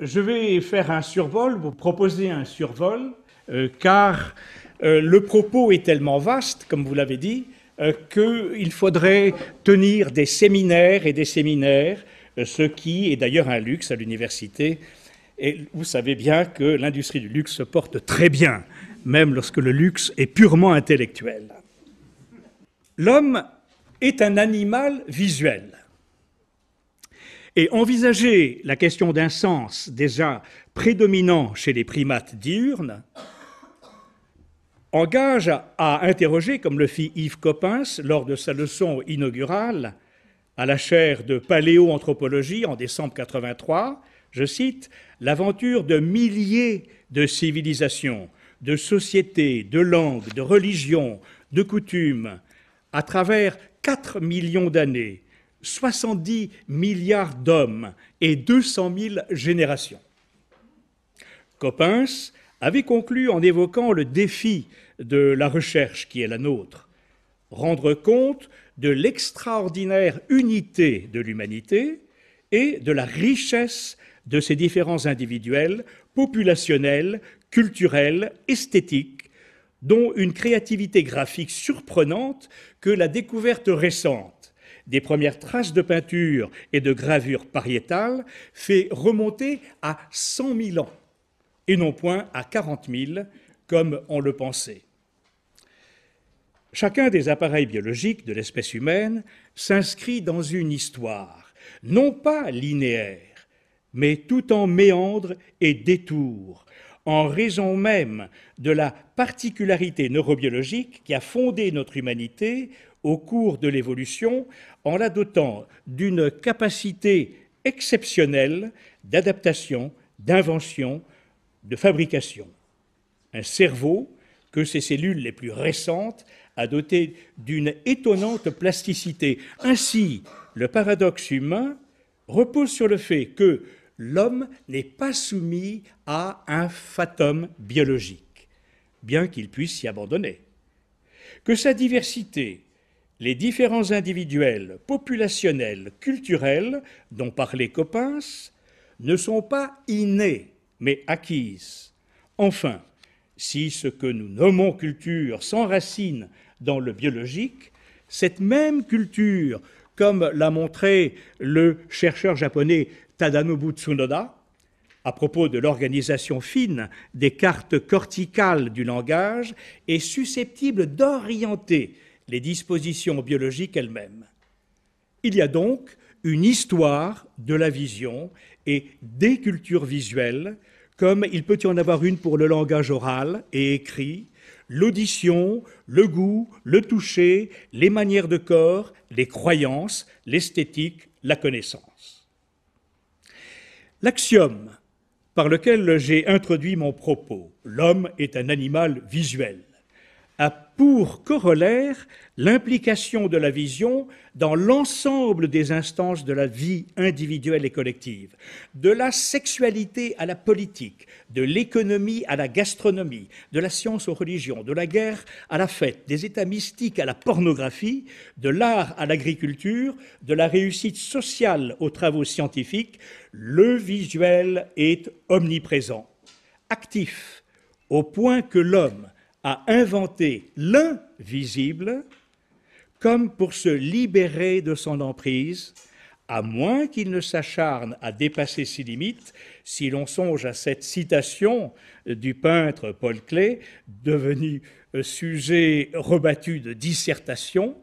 je vais faire un survol, vous proposer un survol, car le propos est tellement vaste, comme vous l'avez dit, qu'il faudrait tenir des séminaires et des séminaires, ce qui est d'ailleurs un luxe à l'université. Et vous savez bien que l'industrie du luxe se porte très bien, même lorsque le luxe est purement intellectuel. L'homme est un animal visuel. Et envisager la question d'un sens déjà prédominant chez les primates diurnes engage à interroger, comme le fit Yves Coppens lors de sa leçon inaugurale à la chaire de paléoanthropologie en décembre 1983, je cite, « L'aventure de milliers de civilisations, de sociétés, de langues, de religions, de coutumes, à travers 4 millions d'années, 70 milliards d'hommes et 200 000 générations. » Coppens avait conclu en évoquant le défi de la recherche qui est la nôtre, rendre compte de l'extraordinaire unité de l'humanité et de la richesse de ses différents individuels, populationnels, culturels, esthétiques, dont une créativité graphique surprenante que la découverte récente des premières traces de peinture et de gravure pariétale fait remonter à 100 000 ans, et non point à 40 000, comme on le pensait. Chacun des appareils biologiques de l'espèce humaine s'inscrit dans une histoire, non pas linéaire, mais tout en méandres et détours, en raison même de la particularité neurobiologique qui a fondé notre humanité au cours de l'évolution en la dotant d'une capacité exceptionnelle d'adaptation, d'invention, de fabrication. Un cerveau que ses cellules les plus récentes a doté d'une étonnante plasticité. Ainsi, le paradoxe humain repose sur le fait que l'homme n'est pas soumis à un fatum biologique, bien qu'il puisse s'y abandonner, que sa diversité, les différents individuels, populationnels, culturels, dont parlait Coppens, ne sont pas innés, mais acquises. Enfin, si ce que nous nommons culture s'enracine dans le biologique, cette même culture, comme l'a montré le chercheur japonais Tadanobu Tsunoda, à propos de l'organisation fine des cartes corticales du langage, est susceptible d'orienter les dispositions biologiques elles-mêmes. Il y a donc une histoire de la vision et des cultures visuelles, comme il peut y en avoir une pour le langage oral et écrit, l'audition, le goût, le toucher, les manières de corps, les croyances, l'esthétique, la connaissance. L'axiome par lequel j'ai introduit mon propos, l'homme est un animal visuel, a pour corollaire l'implication de la vision dans l'ensemble des instances de la vie individuelle et collective, de la sexualité à la politique, de l'économie à la gastronomie, de la science aux religions, de la guerre à la fête, des états mystiques à la pornographie, de l'art à l'agriculture, de la réussite sociale aux travaux scientifiques. Le visuel est omniprésent, actif, au point que l'homme a inventé l'invisible comme pour se libérer de son emprise, à moins qu'il ne s'acharne à dépasser ses limites, si l'on songe à cette citation du peintre Paul Klee, devenu sujet rebattu de dissertation,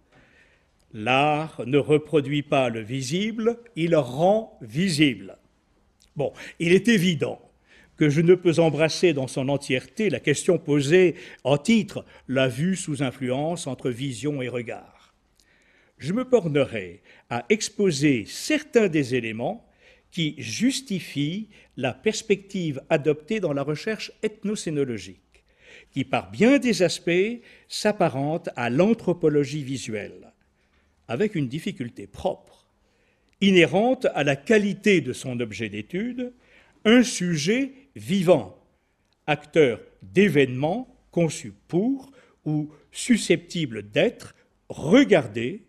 « L'art ne reproduit pas le visible, il rend visible. » Bon, il est évident que je ne peux embrasser dans son entièreté la question posée en titre « La vue sous influence entre vision et regard ». Je me bornerai à exposer certains des éléments qui justifient la perspective adoptée dans la recherche ethnocénologique, qui par bien des aspects s'apparente à l'anthropologie visuelle, avec une difficulté propre, inhérente à la qualité de son objet d'étude, un sujet vivant, acteur d'événements conçus pour ou susceptibles d'être regardés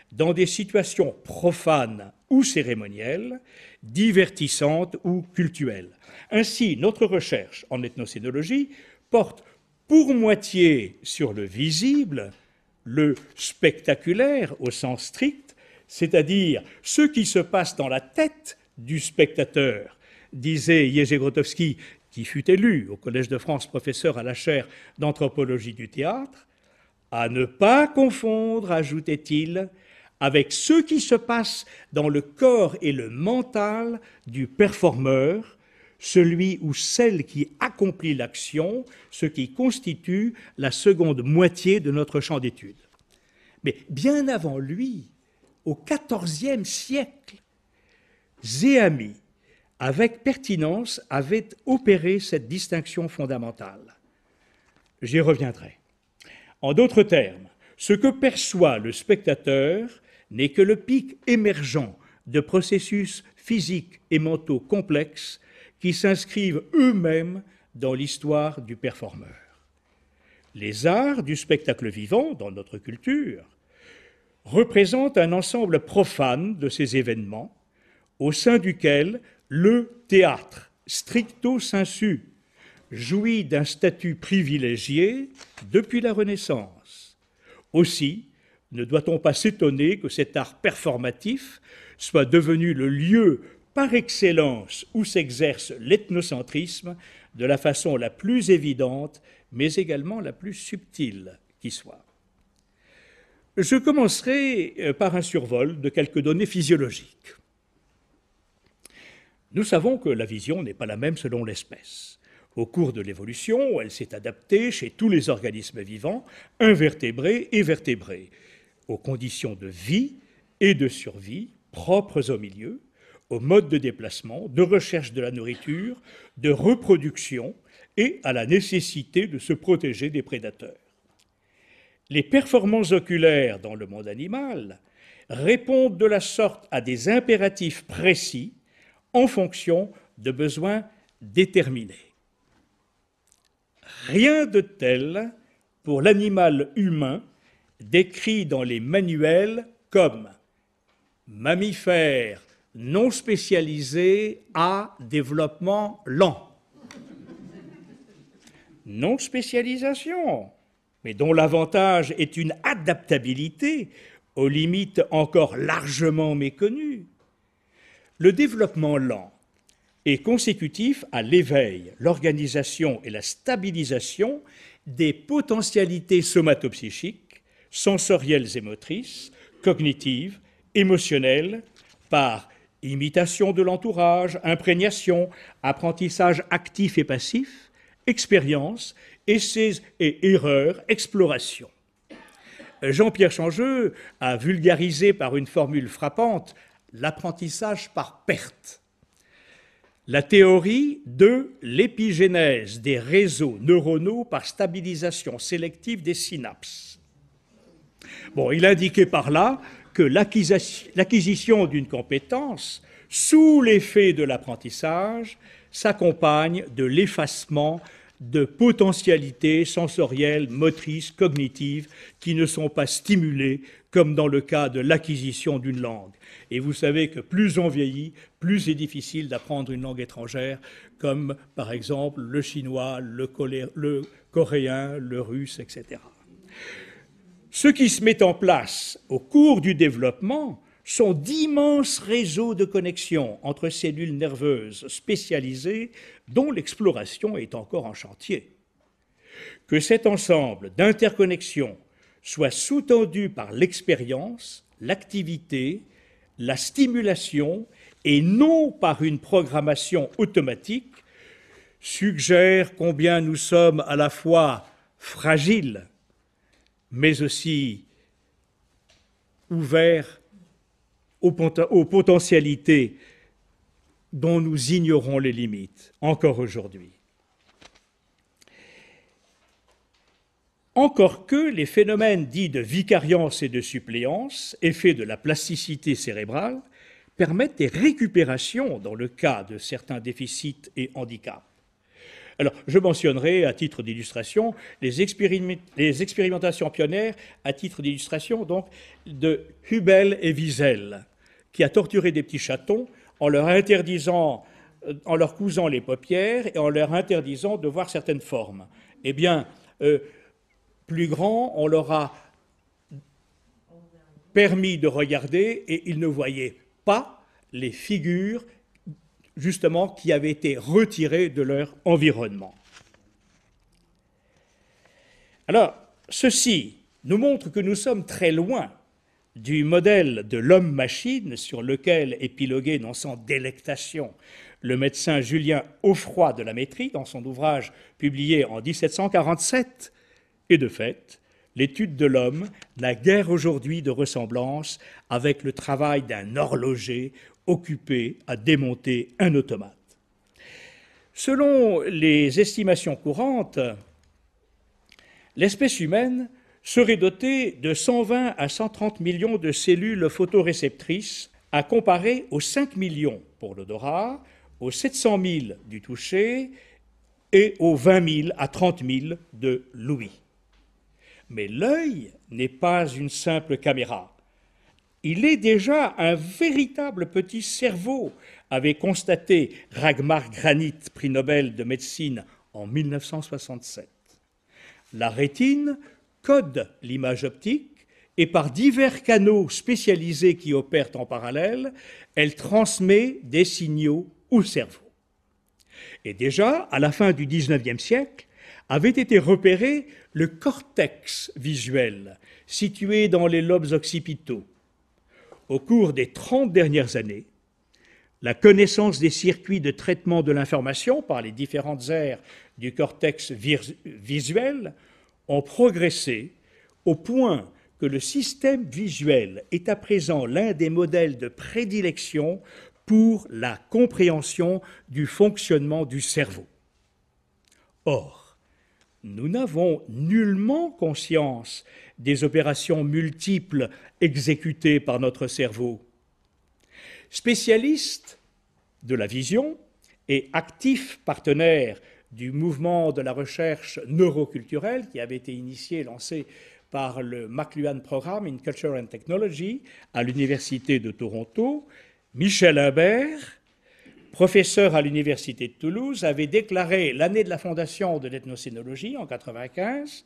dans des situations profanes ou cérémonielles, divertissantes ou cultuelles. Ainsi, notre recherche en ethnocénologie porte pour moitié sur le visible, le spectaculaire au sens strict, c'est-à-dire ce qui se passe dans la tête du spectateur, disait Jerzy Grotowski, qui fut élu au Collège de France professeur à la chaire d'anthropologie du théâtre, à ne pas confondre, ajoutait-il, avec ce qui se passe dans le corps et le mental du performeur, celui ou celle qui accomplit l'action, ce qui constitue la seconde moitié de notre champ d'étude. Mais bien avant lui, au XIVe siècle, Zéami, avec pertinence, avait opéré cette distinction fondamentale. J'y reviendrai. En d'autres termes, ce que perçoit le spectateur n'est que le pic émergent de processus physiques et mentaux complexes qui s'inscrivent eux-mêmes dans l'histoire du performeur. Les arts du spectacle vivant, dans notre culture, représentent un ensemble profane de ces événements, au sein duquel le théâtre, stricto sensu, jouit d'un statut privilégié depuis la Renaissance. Aussi, ne doit-on pas s'étonner que cet art performatif soit devenu le lieu par excellence où s'exerce l'ethnocentrisme de la façon la plus évidente, mais également la plus subtile qui soit. Je commencerai par un survol de quelques données physiologiques. Nous savons que la vision n'est pas la même selon l'espèce. Au cours de l'évolution, elle s'est adaptée chez tous les organismes vivants, invertébrés et vertébrés, aux conditions de vie et de survie propres au milieu, aux modes de déplacement, de recherche de la nourriture, de reproduction et à la nécessité de se protéger des prédateurs. Les performances oculaires dans le monde animal répondent de la sorte à des impératifs précis en fonction de besoins déterminés. Rien de tel pour l'animal humain décrit dans les manuels comme mammifère non spécialisé à développement lent. Non-spécialisation, mais dont l'avantage est une adaptabilité aux limites encore largement méconnues. Le développement lent est consécutif à l'éveil, l'organisation et la stabilisation des potentialités somatopsychiques, sensorielles et motrices, cognitives, émotionnelles, par imitation de l'entourage, imprégnation, apprentissage actif et passif, expérience, essais et erreurs, exploration. Jean-Pierre Changeux a vulgarisé par une formule frappante l'apprentissage par perte. La théorie de l'épigénèse des réseaux neuronaux par stabilisation sélective des synapses. Bon, il indiquait par là que l'acquisition d'une compétence, sous l'effet de l'apprentissage, s'accompagne de l'effacement de potentialités sensorielles, motrices, cognitives, qui ne sont pas stimulées comme dans le cas de l'acquisition d'une langue. Et vous savez que plus on vieillit, plus c'est difficile d'apprendre une langue étrangère, comme par exemple le chinois, le coréen, le russe, etc. Ce qui se met en place au cours du développement sont d'immenses réseaux de connexions entre cellules nerveuses spécialisées dont l'exploration est encore en chantier. Que cet ensemble d'interconnexions soit sous-tendu par l'expérience, l'activité, la stimulation et non par une programmation automatique suggère combien nous sommes à la fois fragiles mais aussi ouverts aux potentialités dont nous ignorons les limites, encore aujourd'hui. Encore que les phénomènes dits de vicariance et de suppléance, effets de la plasticité cérébrale, permettent des récupérations dans le cas de certains déficits et handicaps. Alors, je mentionnerai à titre d'illustration les expérimentations pionnières, à titre d'illustration, donc, de Hubel et Wiesel, qui a torturé des petits chatons en leur interdisant, en leur cousant les paupières et en leur interdisant de voir certaines formes. Eh bien, plus grand, on leur a permis de regarder et ils ne voyaient pas les figures justement qui avaient été retirées de leur environnement. Alors, ceci nous montre que nous sommes très loin du modèle de l'homme-machine sur lequel épiloguait non sans délectation le médecin Julien Offroy de la Métrie dans son ouvrage publié en 1747. Et de fait, l'étude de l'homme n'a guère aujourd'hui de ressemblance avec le travail d'un horloger occupé à démonter un automate. Selon les estimations courantes, l'espèce humaine serait dotée de 120 à 130 millions de cellules photoréceptrices à comparer aux 5 millions pour l'odorat, aux 700 000 du toucher et aux 20 000 à 30 000 de l'ouïe. Mais l'œil n'est pas une simple caméra. Il est déjà un véritable petit cerveau, avait constaté Ragnar Granit, prix Nobel de médecine en 1967. La rétine code l'image optique et par divers canaux spécialisés qui opèrent en parallèle, elle transmet des signaux au cerveau. Et déjà, à la fin du XIXe siècle, avait été repéré le cortex visuel, situé dans les lobes occipitaux. Au cours des 30 dernières années, la connaissance des circuits de traitement de l'information par les différentes aires du cortex visuel ont progressé au point que le système visuel est à présent l'un des modèles de prédilection pour la compréhension du fonctionnement du cerveau. Or, nous n'avons nullement conscience des opérations multiples exécutées par notre cerveau. Spécialiste de la vision et actif partenaire du mouvement de la recherche neuroculturelle qui avait été initié et lancé par le McLuhan Programme in Culture and Technology à l'Université de Toronto, Michel Imbert, professeur à l'Université de Toulouse, avait déclaré l'année de la fondation de l'ethnocénologie, en 1995,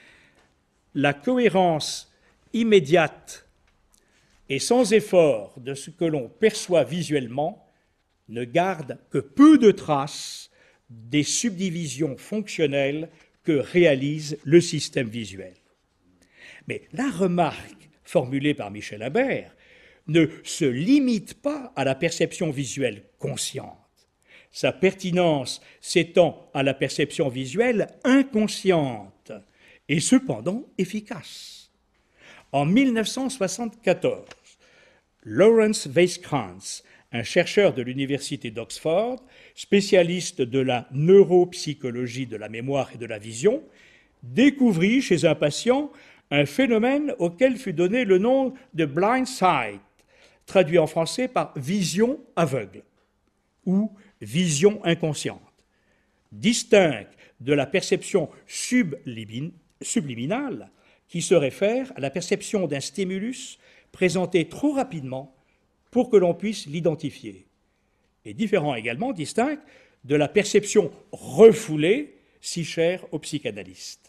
la cohérence immédiate et sans effort de ce que l'on perçoit visuellement ne garde que peu de traces des subdivisions fonctionnelles que réalise le système visuel. Mais la remarque formulée par Michel Imbert ne se limite pas à la perception visuelle consciente. Sa pertinence s'étend à la perception visuelle inconsciente et cependant efficace. En 1974, Lawrence Weisskranz, un chercheur de l'université d'Oxford, spécialiste de la neuropsychologie de la mémoire et de la vision, découvrit chez un patient un phénomène auquel fut donné le nom de blind sight, traduit en français par vision aveugle ou vision inconsciente, distinct de la perception subliminale qui se réfère à la perception d'un stimulus présenté trop rapidement pour que l'on puisse l'identifier, et différent également, distinct de la perception refoulée si chère aux psychanalystes.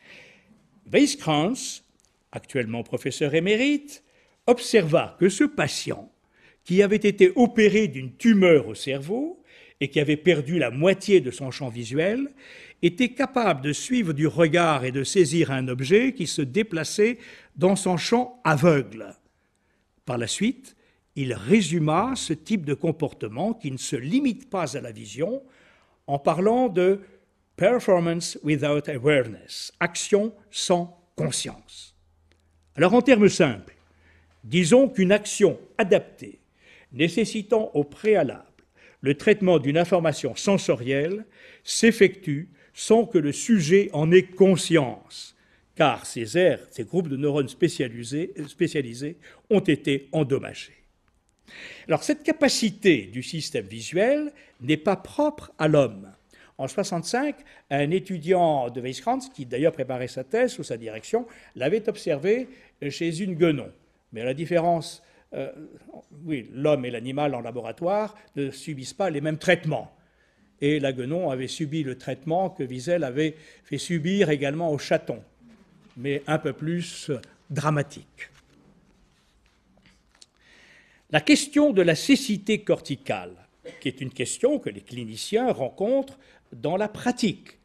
Weisskranz, actuellement professeur émérite, observa que ce patient, qui avait été opéré d'une tumeur au cerveau et qui avait perdu la moitié de son champ visuel, était capable de suivre du regard et de saisir un objet qui se déplaçait dans son champ aveugle. Par la suite, il résuma ce type de comportement qui ne se limite pas à la vision en parlant de « performance without awareness », action sans conscience. Alors en termes simples, disons qu'une action adaptée, nécessitant au préalable le traitement d'une information sensorielle, s'effectue sans que le sujet en ait conscience, car ces aires, ces groupes de neurones spécialisés ont été endommagés. Alors cette capacité du système visuel n'est pas propre à l'homme. en 1965, un étudiant de Weisskranz, qui d'ailleurs préparait sa thèse sous sa direction, l'avait observé chez une guenon. Mais la différence, oui, l'homme et l'animal en laboratoire ne subissent pas les mêmes traitements. Et la guenon avait subi le traitement que Wiesel avait fait subir également aux chatons, mais un peu plus dramatique. La question de la cécité corticale, qui est une question que les cliniciens rencontrent dans la pratique,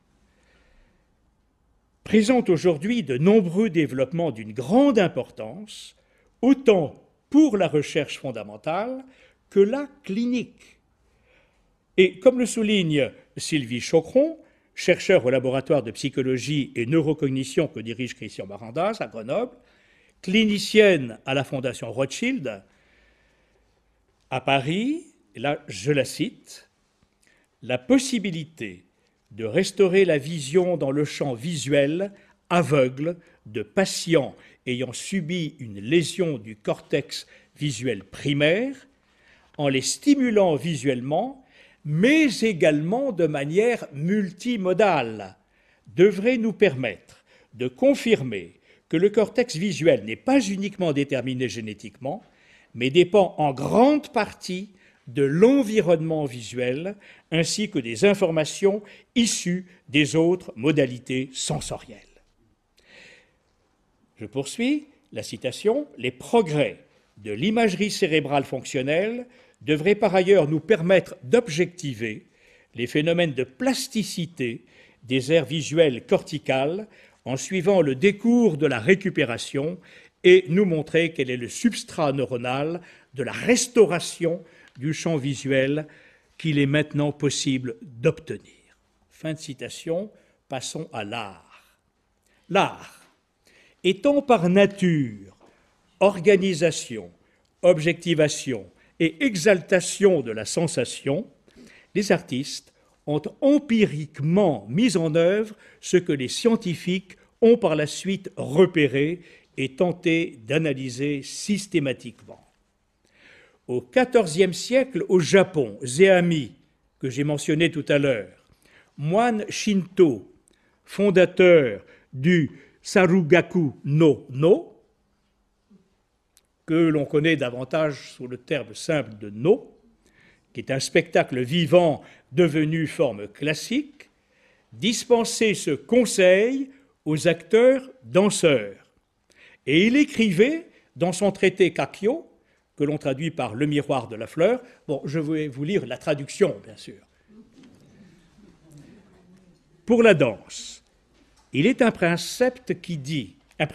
présente aujourd'hui de nombreux développements d'une grande importance, autant pour la recherche fondamentale que la clinique. Et comme le souligne Sylvie Choqueron, chercheur au laboratoire de psychologie et neurocognition que dirige Christian Barandas à Grenoble, clinicienne à la Fondation Rothschild, à Paris, et là je la cite, « La possibilité de restaurer la vision dans le champ visuel aveugle de patients ayant subi une lésion du cortex visuel primaire, en les stimulant visuellement, mais également de manière multimodale, devrait nous permettre de confirmer que le cortex visuel n'est pas uniquement déterminé génétiquement, mais dépend en grande partie de l'environnement visuel ainsi que des informations issues des autres modalités sensorielles. » Je poursuis la citation. « Les progrès de l'imagerie cérébrale fonctionnelle devraient par ailleurs nous permettre d'objectiver les phénomènes de plasticité des aires visuelles corticales en suivant le décours de la récupération et nous montrer quel est le substrat neuronal de la restauration du champ visuel qu'il est maintenant possible d'obtenir. » Fin de citation. Passons à l'art. L'art étant par nature organisation, objectivation et exaltation de la sensation, les artistes ont empiriquement mis en œuvre ce que les scientifiques ont par la suite repéré et tenté d'analyser systématiquement. Au XIVe siècle, au Japon, Zeami, que j'ai mentionné tout à l'heure, moine shinto, fondateur du Sarugaku no, que l'on connaît davantage sous le terme simple de no, qui est un spectacle vivant devenu forme classique, dispensait ce conseil aux acteurs danseurs. Et il écrivait dans son traité Kakyo, que l'on traduit par le miroir de la fleur. Bon, je vais vous lire la traduction, bien sûr. Pour la danse, il est un précepte qui dit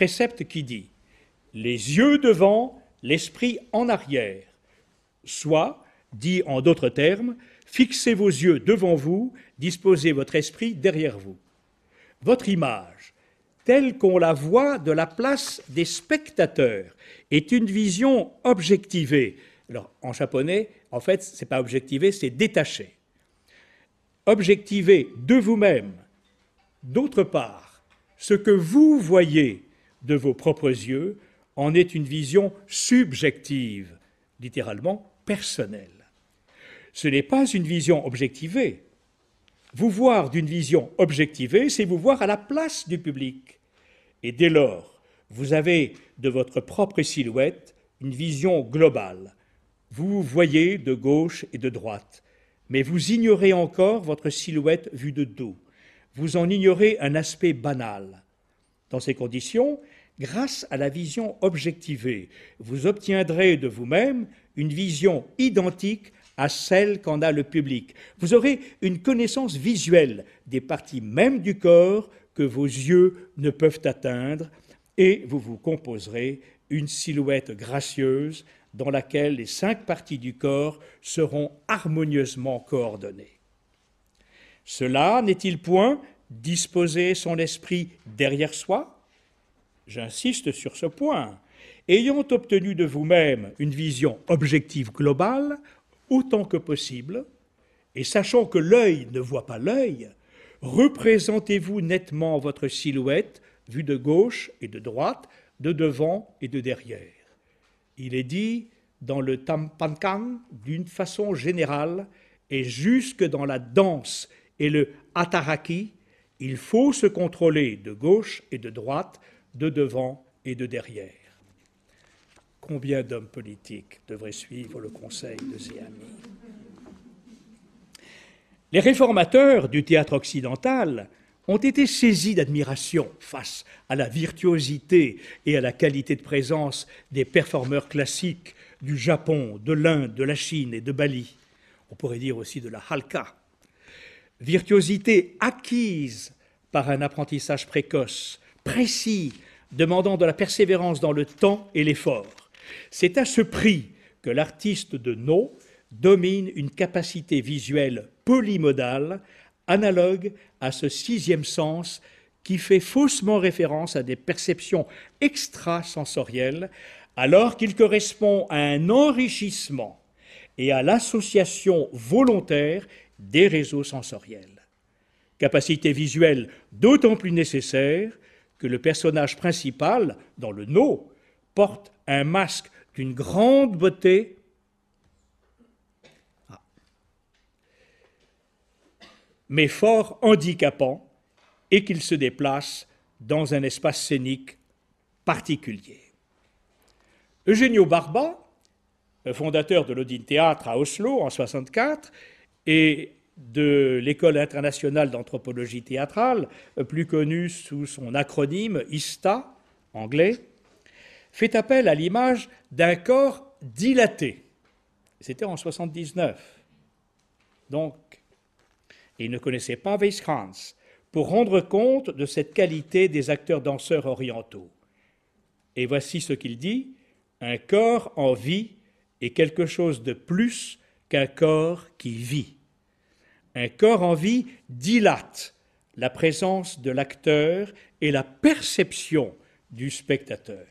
les yeux devant, l'esprit en arrière, soit, dit en d'autres termes, fixez vos yeux devant vous, disposez votre esprit derrière vous. Votre image, telle qu'on la voit de la place des spectateurs, est une vision objectivée. Alors, en japonais, en fait, ce n'est pas objectivé, c'est détaché. Objectivé de vous-même. D'autre part, ce que vous voyez de vos propres yeux en est une vision subjective, littéralement personnelle. Ce n'est pas une vision objectivée. Vous voir d'une vision objectivée, c'est vous voir à la place du public. Et dès lors, vous avez de votre propre silhouette une vision globale. Vous voyez de gauche et de droite, mais vous ignorez encore votre silhouette vue de dos. Vous en ignorez un aspect banal. Dans ces conditions, grâce à la vision objectivée, vous obtiendrez de vous-même une vision identique à celle qu'en a le public. Vous aurez une connaissance visuelle des parties mêmes du corps que vos yeux ne peuvent atteindre et vous vous composerez une silhouette gracieuse dans laquelle les 5 parties du corps seront harmonieusement coordonnées. Cela n'est-il point disposer son esprit derrière soi ? J'insiste sur ce point. Ayant obtenu de vous-même une vision objective globale, autant que possible, et sachant que l'œil ne voit pas l'œil, représentez-vous nettement votre silhouette vue de gauche et de droite, de devant et de derrière. Il est dit dans le Tampankan d'une façon générale et jusque dans la danse et le ataraki, il faut se contrôler de gauche et de droite, de devant et de derrière. Combien d'hommes politiques devraient suivre le conseil de ces amis? Les réformateurs du théâtre occidental ont été saisis d'admiration face à la virtuosité et à la qualité de présence des performeurs classiques du Japon, de l'Inde, de la Chine et de Bali. On pourrait dire aussi de la halka. Virtuosité acquise par un apprentissage précoce, précis, demandant de la persévérance dans le temps et l'effort. C'est à ce prix que l'artiste de No domine une capacité visuelle polymodale, analogue à ce sixième sens qui fait faussement référence à des perceptions extrasensorielles, alors qu'il correspond à un enrichissement et à l'association volontaire des réseaux sensoriels. Capacité visuelle d'autant plus nécessaire que le personnage principal, dans le No, porte un masque d'une grande beauté mais fort handicapant, et qu'il se déplace dans un espace scénique particulier. Eugenio Barba, fondateur de l'Odin Théâtre à Oslo en 1964 et de l'École internationale d'anthropologie théâtrale, plus connue sous son acronyme ISTA, anglais, fait appel à l'image d'un corps dilaté. C'était en 1979. Donc, il ne connaissait pas Weisskranz pour rendre compte de cette qualité des acteurs danseurs orientaux. Et voici ce qu'il dit: un corps en vie est quelque chose de plus qu'un corps qui vit. Un corps en vie dilate la présence de l'acteur et la perception du spectateur.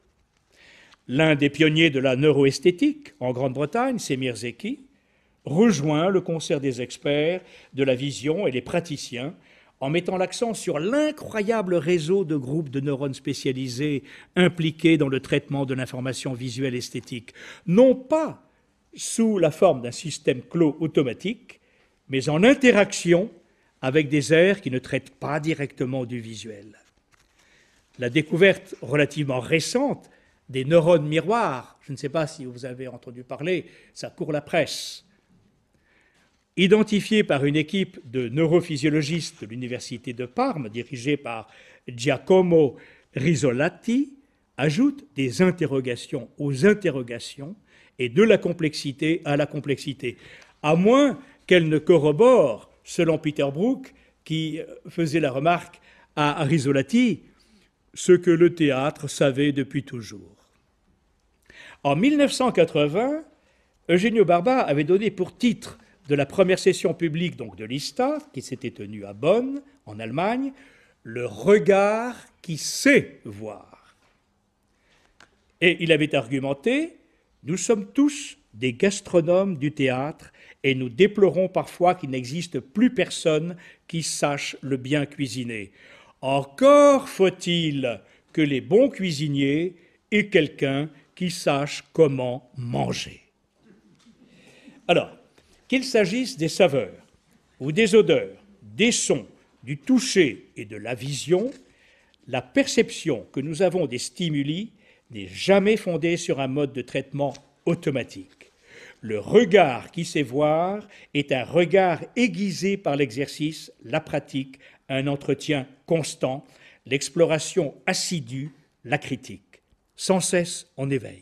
L'un des pionniers de la neuroesthétique en Grande-Bretagne, Semir Zeki, rejoint le concert des experts de la vision et les praticiens en mettant l'accent sur l'incroyable réseau de groupes de neurones spécialisés impliqués dans le traitement de l'information visuelle esthétique, non pas sous la forme d'un système clos automatique, mais en interaction avec des aires qui ne traitent pas directement du visuel. La découverte relativement récente des neurones miroirs, je ne sais pas si vous avez entendu parler, ça court la presse, identifié par une équipe de neurophysiologistes de l'Université de Parme, dirigée par Giacomo Risolati, ajoute des interrogations aux interrogations et de la complexité à la complexité, à moins qu'elle ne corrobore, selon Peter Brook, qui faisait la remarque à Risolati, ce que le théâtre savait depuis toujours. En 1980, Eugenio Barba avait donné pour titre de la première session publique donc de l'ISTA, qui s'était tenue à Bonn, en Allemagne, le regard qui sait voir. Et il avait argumenté: nous sommes tous des gastronomes du théâtre et nous déplorons parfois qu'il n'existe plus personne qui sache le bien cuisiner. Encore faut-il que les bons cuisiniers aient quelqu'un qui sache comment manger. Alors, qu'il s'agisse des saveurs ou des odeurs, des sons, du toucher et de la vision, la perception que nous avons des stimuli n'est jamais fondée sur un mode de traitement automatique. Le regard qui sait voir est un regard aiguisé par l'exercice, la pratique, un entretien constant, l'exploration assidue, la critique, sans cesse en éveil.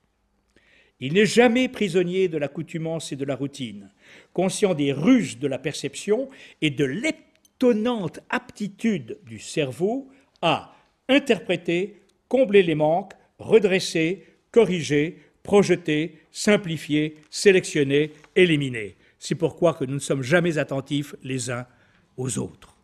Il n'est jamais prisonnier de l'accoutumance et de la routine, conscient des ruses de la perception et de l'étonnante aptitude du cerveau à interpréter, combler les manques, redresser, corriger, projeter, simplifier, sélectionner, éliminer. C'est pourquoi que nous ne sommes jamais attentifs les uns aux autres.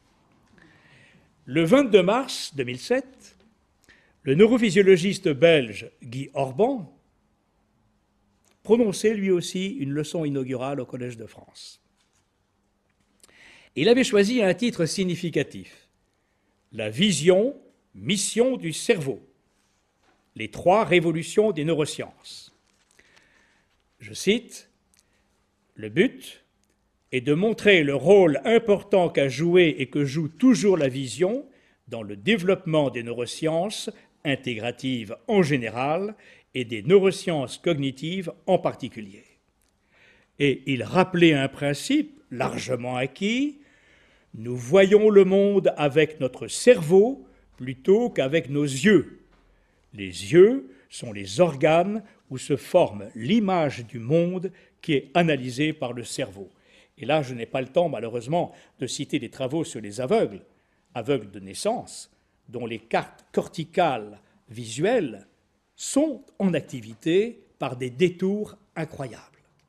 Le 22 mars 2007, le neurophysiologiste belge Guy Orban prononçait lui aussi une leçon inaugurale au Collège de France. Il avait choisi un titre significatif: La vision, mission du cerveau, les 3 révolutions des neurosciences. Je cite: le but et de montrer le rôle important qu'a joué et que joue toujours la vision dans le développement des neurosciences intégratives en général et des neurosciences cognitives en particulier. Et il rappelait un principe largement acquis: nous voyons le monde avec notre cerveau plutôt qu'avec nos yeux. Les yeux sont les organes où se forme l'image du monde qui est analysée par le cerveau. Et là, je n'ai pas le temps, malheureusement, de citer des travaux sur les aveugles, aveugles de naissance, dont les cartes corticales visuelles sont en activité par des détours incroyables.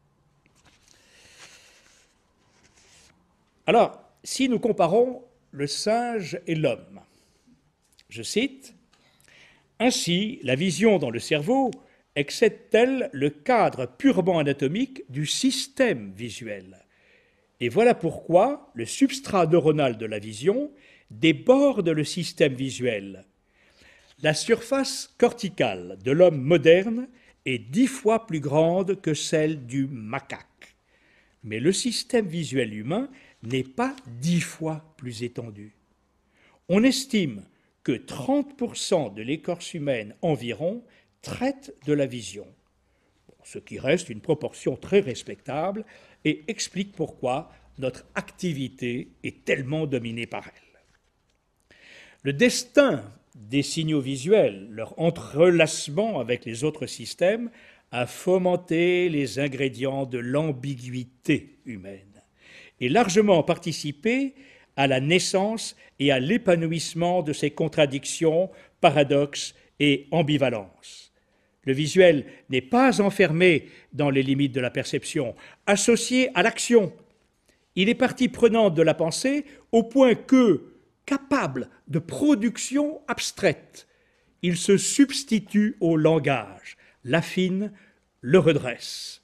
Alors, si nous comparons le singe et l'homme, je cite, « Ainsi, la vision dans le cerveau excède-t-elle le cadre purement anatomique du système visuel. Et voilà pourquoi le substrat neuronal de la vision déborde le système visuel. La surface corticale de l'homme moderne est 10 fois plus grande que celle du macaque. Mais le système visuel humain n'est pas 10 fois plus étendu. On estime que 30% de l'écorce humaine environ traite de la vision, ce qui reste une proportion très respectable et explique pourquoi notre activité est tellement dominée par elle. Le destin des signaux visuels, leur entrelacement avec les autres systèmes, a fomenté les ingrédients de l'ambiguïté humaine et largement participé à la naissance et à l'épanouissement de ces contradictions, paradoxes et ambivalences. Le visuel n'est pas enfermé dans les limites de la perception, associé à l'action. Il est partie prenante de la pensée au point que, capable de production abstraite, il se substitue au langage, l'affine, le redresse.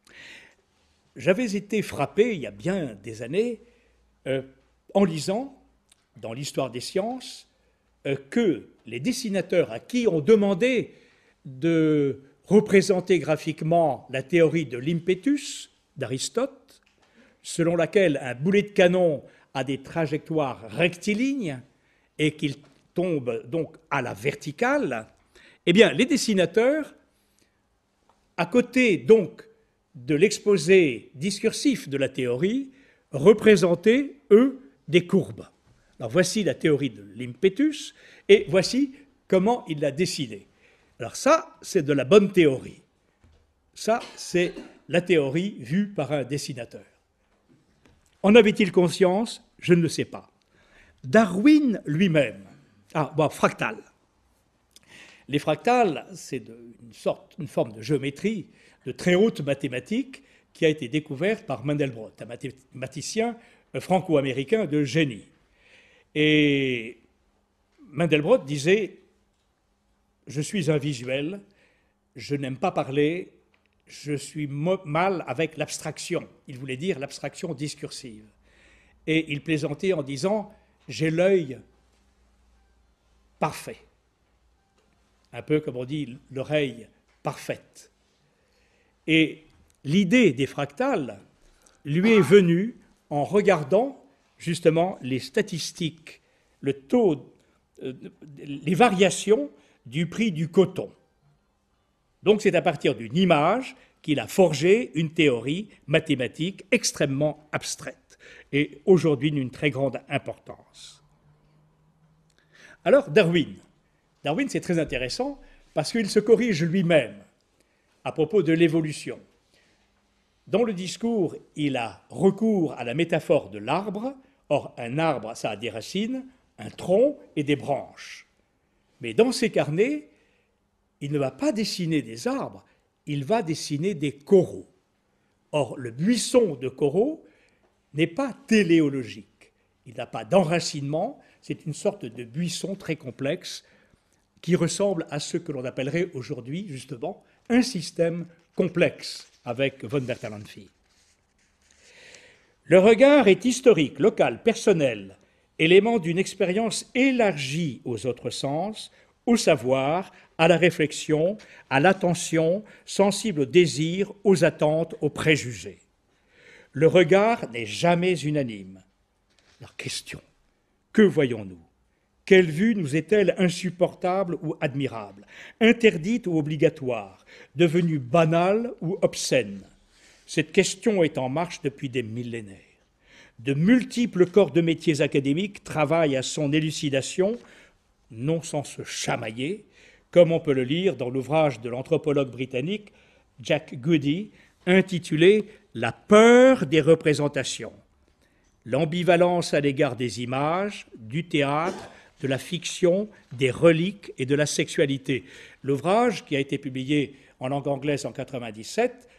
J'avais été frappé, il y a bien des années, en lisant, dans l'histoire des sciences, que les dessinateurs à qui on demandait de représenter graphiquement la théorie de l'impetus d'Aristote, selon laquelle un boulet de canon a des trajectoires rectilignes et qu'il tombe donc à la verticale, eh bien, les dessinateurs, à côté donc de l'exposé discursif de la théorie, représentaient, eux, des courbes. Alors voici la théorie de l'impetus, et voici comment il l'a dessinée. Alors ça, c'est de la bonne théorie. Ça, c'est la théorie vue par un dessinateur. En avait-il conscience? Je ne le sais pas. Darwin lui-même, fractal. Les fractales, c'est une forme de géométrie de très haute mathématique qui a été découverte par Mandelbrot, un mathématicien franco-américain de génie. Et Mandelbrot disait « Je suis un visuel, je n'aime pas parler, je suis mal avec l'abstraction ». Il voulait dire l'abstraction discursive. Et il plaisantait en disant « J'ai l'œil parfait ». Un peu comme on dit l'oreille parfaite. Et l'idée des fractales lui est venue en regardant justement les statistiques, le taux, les variations du prix du coton. Donc c'est à partir d'une image qu'il a forgé une théorie mathématique extrêmement abstraite et aujourd'hui d'une très grande importance. Alors Darwin, c'est très intéressant parce qu'il se corrige lui-même à propos de l'évolution. Dans le discours, il a recours à la métaphore de l'arbre. Or, un arbre, ça a des racines, un tronc et des branches. Mais dans ses carnets, il ne va pas dessiner des arbres, il va dessiner des coraux. Or, le buisson de coraux n'est pas téléologique. Il n'a pas d'enracinement, c'est une sorte de buisson très complexe qui ressemble à ce que l'on appellerait aujourd'hui, justement, un système complexe avec von Bertalanffy. Le regard est historique, local, personnel, élément d'une expérience élargie aux autres sens, au savoir, à la réflexion, à l'attention, sensible aux désirs, aux attentes, aux préjugés. Le regard n'est jamais unanime. Alors, question, que voyons-nous? Quelle vue nous est-elle insupportable ou admirable, interdite ou obligatoire, devenue banale ou obscène? Cette question est en marche depuis des millénaires. De multiples corps de métiers académiques travaillent à son élucidation, non sans se chamailler, comme on peut le lire dans l'ouvrage de l'anthropologue britannique Jack Goody, intitulé « La peur des représentations ». L'ambivalence à l'égard des images, du théâtre, de la fiction, des reliques et de la sexualité. L'ouvrage, qui a été publié en langue anglaise en 1997,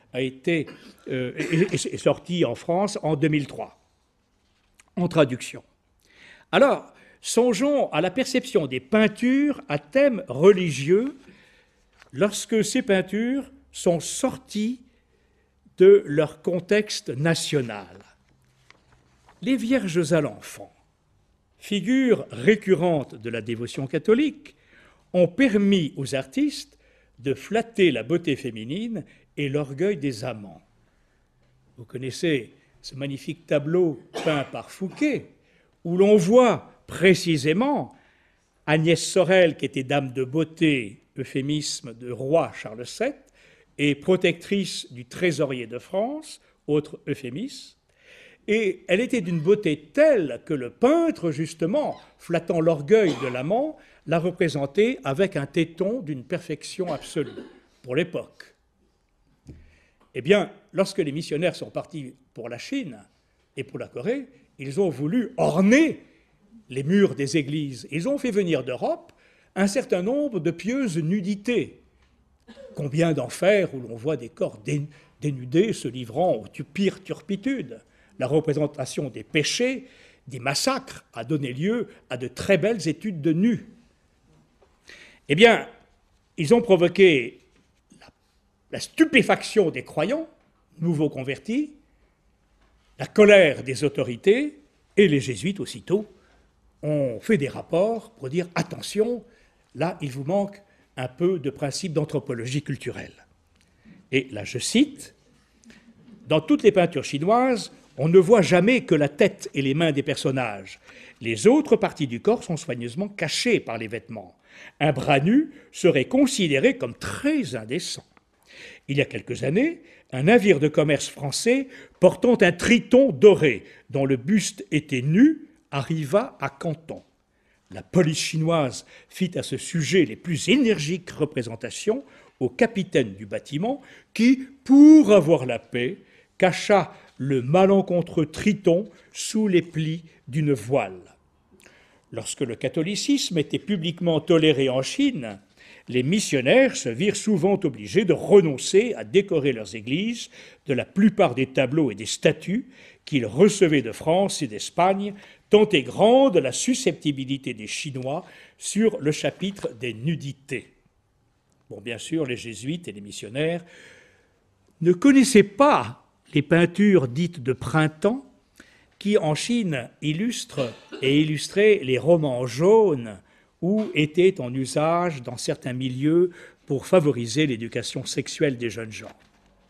est sorti en France en 2003, en traduction. Alors, songeons à la perception des peintures à thème religieux lorsque ces peintures sont sorties de leur contexte national. Les Vierges à l'enfant, figure récurrente de la dévotion catholique, ont permis aux artistes de flatter la beauté féminine et l'orgueil des amants. Vous connaissez ce magnifique tableau peint par Fouquet, où l'on voit précisément Agnès Sorel, qui était dame de beauté, euphémisme de roi Charles VII, et protectrice du trésorier de France, autre euphémisme, et elle était d'une beauté telle que le peintre, justement, flattant l'orgueil de l'amant, l'a représentée avec un téton d'une perfection absolue, pour l'époque. Eh bien, lorsque les missionnaires sont partis pour la Chine et pour la Corée, ils ont voulu orner les murs des églises. Ils ont fait venir d'Europe un certain nombre de pieuses nudités. Combien d'enfers où l'on voit des corps dénudés se livrant aux pires turpitudes. La représentation des péchés, des massacres, a donné lieu à de très belles études de nus. Eh bien, ils ont provoqué la stupéfaction des croyants, nouveaux convertis, la colère des autorités, et les jésuites aussitôt ont fait des rapports pour dire « attention, là, il vous manque un peu de principe d'anthropologie culturelle ». Et là, je cite, « Dans toutes les peintures chinoises, on ne voit jamais que la tête et les mains des personnages. Les autres parties du corps sont soigneusement cachées par les vêtements. Un bras nu serait considéré comme très indécent. Il y a quelques années, un navire de commerce français portant un triton doré, dont le buste était nu, arriva à Canton. La police chinoise fit à ce sujet les plus énergiques représentations au capitaine du bâtiment qui, pour avoir la paix, cacha le malencontreux triton sous les plis d'une voile. Lorsque le catholicisme était publiquement toléré en Chine, les missionnaires se virent souvent obligés de renoncer à décorer leurs églises de la plupart des tableaux et des statues qu'ils recevaient de France et d'Espagne, tant est grande la susceptibilité des Chinois sur le chapitre des nudités. Bon, bien sûr, les jésuites et les missionnaires ne connaissaient pas les peintures dites de printemps qui, en Chine, illustrent et illustraient les romans jaunes ou étaient en usage dans certains milieux pour favoriser l'éducation sexuelle des jeunes gens.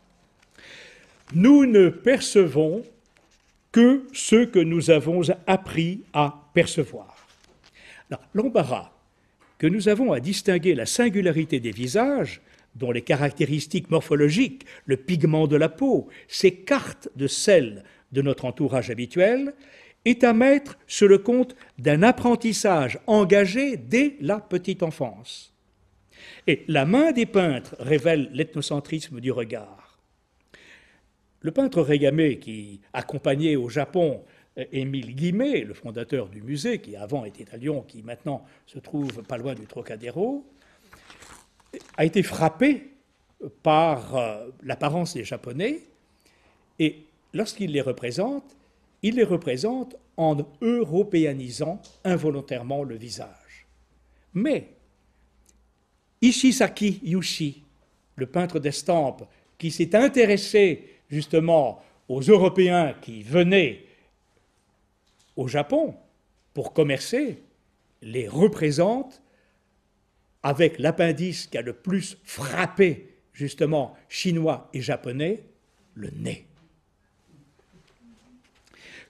Nous ne percevons que ce que nous avons appris à percevoir. L'embarras que nous avons à distinguer la singularité des visages, dont les caractéristiques morphologiques, le pigment de la peau, s'écartent de celles de notre entourage habituel, est à mettre sur le compte d'un apprentissage engagé dès la petite enfance. Et la main des peintres révèle l'ethnocentrisme du regard. Le peintre Regamey, qui accompagnait au Japon Émile Guimet, le fondateur du musée, qui avant était à Lyon, qui maintenant se trouve pas loin du Trocadéro, a été frappé par l'apparence des Japonais, et lorsqu'il les représente en européanisant involontairement le visage. Mais Ishisaki Yushi, le peintre d'estampes, qui s'est intéressé justement aux Européens qui venaient au Japon pour commercer, les représente avec l'appendice qui a le plus frappé justement Chinois et Japonais, le nez.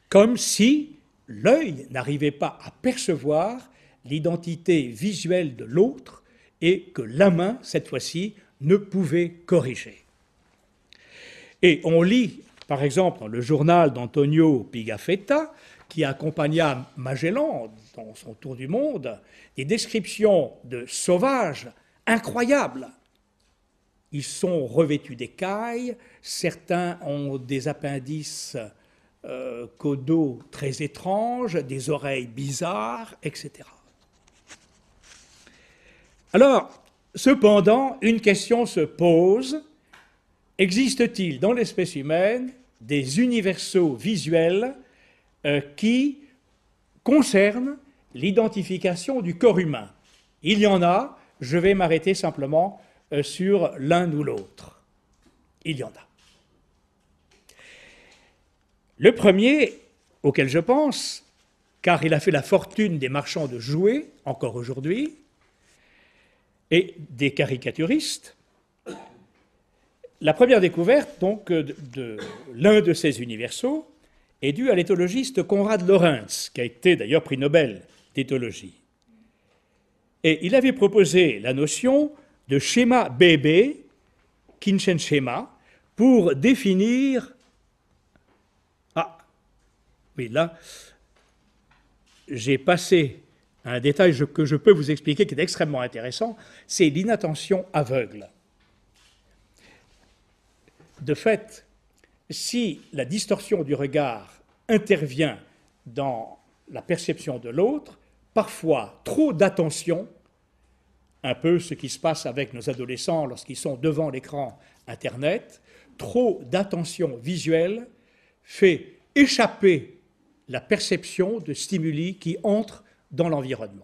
comme si l'œil n'arrivait pas à percevoir l'identité visuelle de l'autre et que la main, cette fois-ci, ne pouvait corriger. Et on lit, par exemple, dans le journal d'Antonio Pigafetta, qui accompagna Magellan dans son tour du monde, des descriptions de sauvages incroyables. Ils sont revêtus d'écailles, certains ont des appendices caudaux très étranges, des oreilles bizarres, etc. Alors, cependant, une question se pose. Existe-t-il dans l'espèce humaine des universaux visuels qui concernent l'identification du corps humain? Il y en a, je vais m'arrêter simplement sur l'un ou l'autre. Il y en a. Le premier auquel je pense, car il a fait la fortune des marchands de jouets, encore aujourd'hui, et des caricaturistes, la première découverte donc, de l'un de ces universaux est due à l'éthologiste Konrad Lorenz, qui a été d'ailleurs prix Nobel d'éthologie. Et il avait proposé la notion de schéma BB, Kindchenschema, pour définir... Ah, oui, là, j'ai passé un détail que je peux vous expliquer qui est extrêmement intéressant, c'est l'inattention aveugle. De fait, si la distorsion du regard intervient dans la perception de l'autre, parfois trop d'attention, un peu ce qui se passe avec nos adolescents lorsqu'ils sont devant l'écran Internet, trop d'attention visuelle fait échapper la perception de stimuli qui entrent dans l'environnement.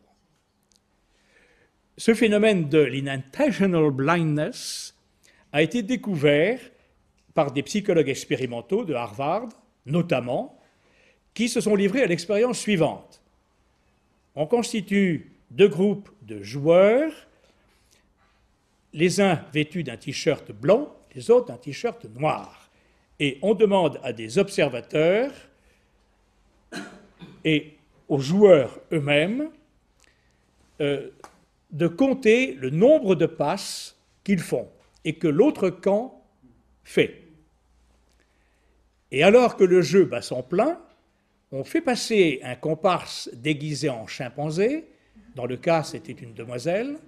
Ce phénomène de l'intentional blindness a été découvert par des psychologues expérimentaux de Harvard, notamment, qui se sont livrés à l'expérience suivante. On constitue deux groupes de joueurs, les uns vêtus d'un t-shirt blanc, les autres d'un t-shirt noir. Et on demande à des observateurs et aux joueurs eux-mêmes de compter le nombre de passes qu'ils font et que l'autre camp fait. Et alors que le jeu bat son plein, on fait passer un comparse déguisé en chimpanzé, dans le cas c'était une demoiselle,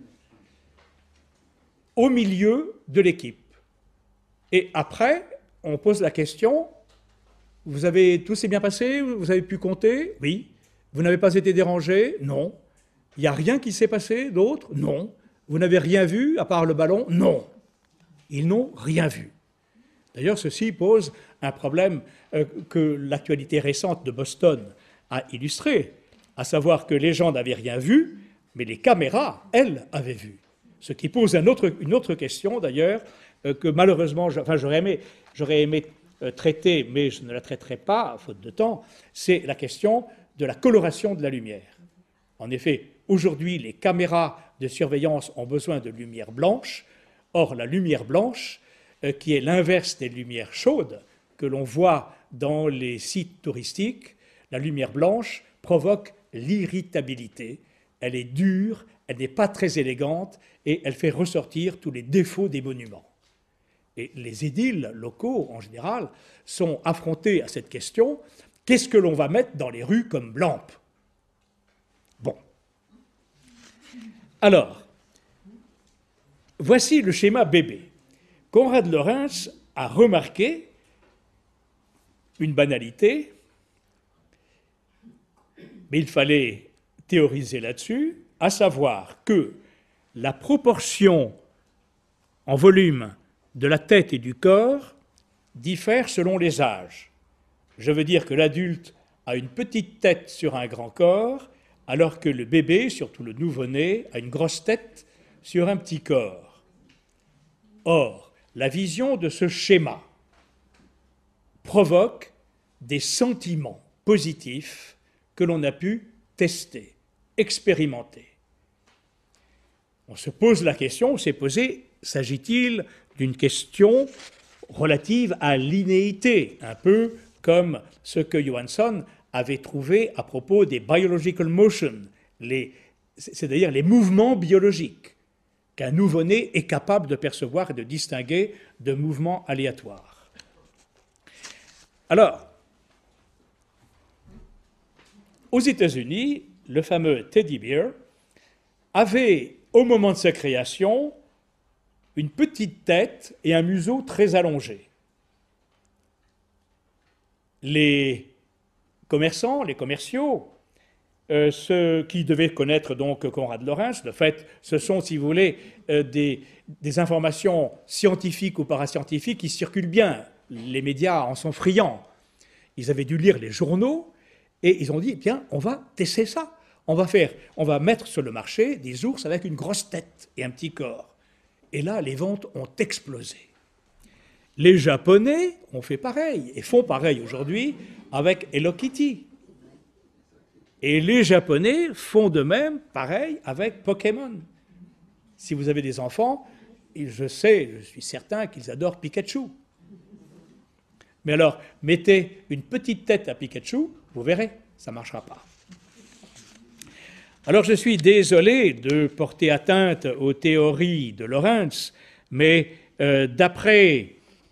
au milieu de l'équipe. Et après, on pose la question, tout s'est bien passé, vous avez pu compter? Oui. Vous n'avez pas été dérangé? Non. Il n'y a rien qui s'est passé d'autre? Non. Vous n'avez rien vu à part le ballon? Non. Ils n'ont rien vu. D'ailleurs, ceci pose un problème que l'actualité récente de Boston a illustré, à savoir que les gens n'avaient rien vu, mais les caméras, elles, avaient vu. Ce qui pose une autre question, d'ailleurs, que malheureusement, j'aurais aimé traiter, mais je ne la traiterai pas, à faute de temps, c'est la question de la coloration de la lumière. En effet, aujourd'hui, les caméras de surveillance ont besoin de lumière blanche. Or, la lumière blanche, qui est l'inverse des lumières chaudes que l'on voit dans les sites touristiques, la lumière blanche provoque l'irritabilité. Elle est dure, elle n'est pas très élégante et elle fait ressortir tous les défauts des monuments. Et les édiles locaux, en général, sont affrontés à cette question. Qu'est-ce que l'on va mettre dans les rues comme lampe? Bon. Alors, voici le schéma bébé. Konrad Lorenz a remarqué une banalité, mais il fallait théoriser là-dessus, à savoir que la proportion en volume de la tête et du corps diffère selon les âges. Je veux dire que l'adulte a une petite tête sur un grand corps, alors que le bébé, surtout le nouveau-né, a une grosse tête sur un petit corps. Or, la vision de ce schéma provoque des sentiments positifs que l'on a pu tester, expérimenter. On se pose la question, on s'est posé, s'agit-il d'une question relative à l'innéité, un peu comme ce que Johansson avait trouvé à propos des biological motions, c'est-à-dire les mouvements biologiques qu'un nouveau-né est capable de percevoir et de distinguer de mouvements aléatoires. Alors, aux États-Unis, le fameux Teddy Bear avait, au moment de sa création, une petite tête et un museau très allongé. Les commerçants, les commerciaux, ceux qui devaient connaître donc Konrad Lorenz, de fait, ce sont, si vous voulez, des informations scientifiques ou parascientifiques qui circulent bien. Les médias en sont friands. Ils avaient dû lire les journaux et ils ont dit, tiens, on va tester ça. On va mettre sur le marché des ours avec une grosse tête et un petit corps. Et là, les ventes ont explosé. Les Japonais ont fait pareil et font pareil aujourd'hui avec Hello Kitty. Et les Japonais font de même pareil avec Pokémon. Si vous avez des enfants, je suis certain qu'ils adorent Pikachu. Mais alors, mettez une petite tête à Pikachu, vous verrez, ça ne marchera pas. Alors je suis désolé de porter atteinte aux théories de Lorenz, mais d'après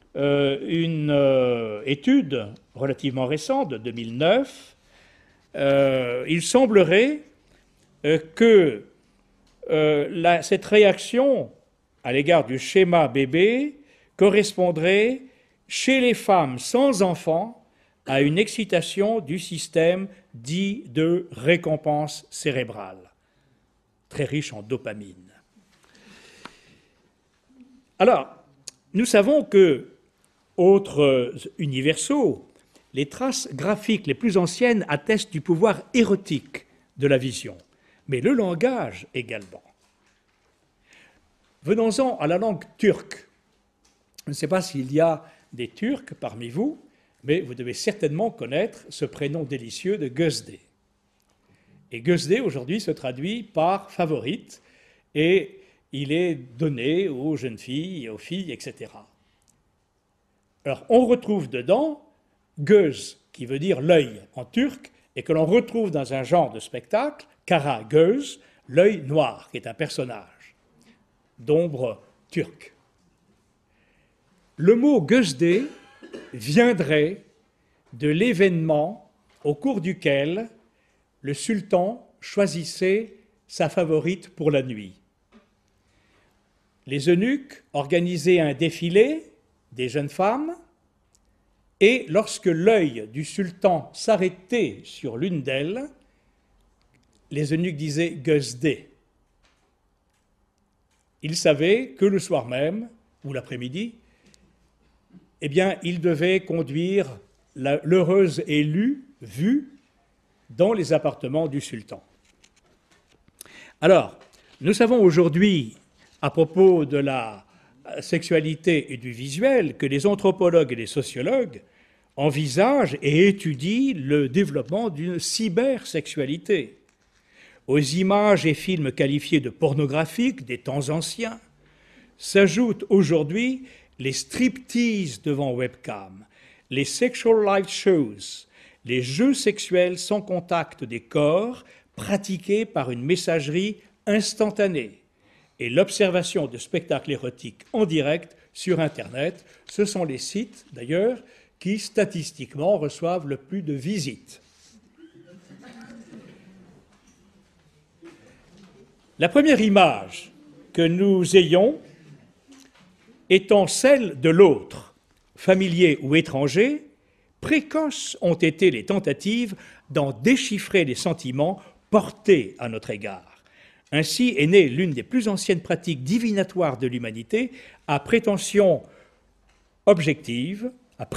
une étude relativement récente de 2009, il semblerait que cette réaction à l'égard du schéma bébé correspondrait chez les femmes sans enfants à une excitation du système dit de récompense cérébrale, très riche en dopamine. Alors, nous savons que, autres universaux, les traces graphiques les plus anciennes attestent du pouvoir érotique de la vision, mais le langage également. Venons-en à la langue turque. Je ne sais pas s'il y a des Turcs parmi vous, mais vous devez certainement connaître ce prénom délicieux de Gözde. Et Gözde, aujourd'hui, se traduit par favorite, et il est donné aux jeunes filles, aux filles, etc. Alors, on retrouve dedans göz, qui veut dire l'œil en turc, et que l'on retrouve dans un genre de spectacle, kara göz, l'œil noir, qui est un personnage d'ombre turque. Le mot Gözde viendrait de l'événement au cours duquel le sultan choisissait sa favorite pour la nuit. Les eunuques organisaient un défilé des jeunes femmes et lorsque l'œil du sultan s'arrêtait sur l'une d'elles, les eunuques disaient « Gözde ». Ils savaient que le soir même, ou l'après-midi, eh bien, ils devaient conduire l'heureuse élue vue dans les appartements du sultan. Alors, nous savons aujourd'hui, à propos de la sexualité et du visuel, que les anthropologues et les sociologues envisagent et étudient le développement d'une cybersexualité. Aux images et films qualifiés de pornographiques des temps anciens s'ajoutent aujourd'hui les striptease devant webcam, les sexual live shows, les jeux sexuels sans contact des corps pratiqués par une messagerie instantanée et l'observation de spectacles érotiques en direct sur Internet. Ce sont les sites, d'ailleurs, qui statistiquement reçoivent le plus de visites. La première image que nous ayons étant celle de l'autre, familier ou étranger, précoces ont été les tentatives d'en déchiffrer les sentiments portés à notre égard. Ainsi est née l'une des plus anciennes pratiques divinatoires de l'humanité à prétention objective,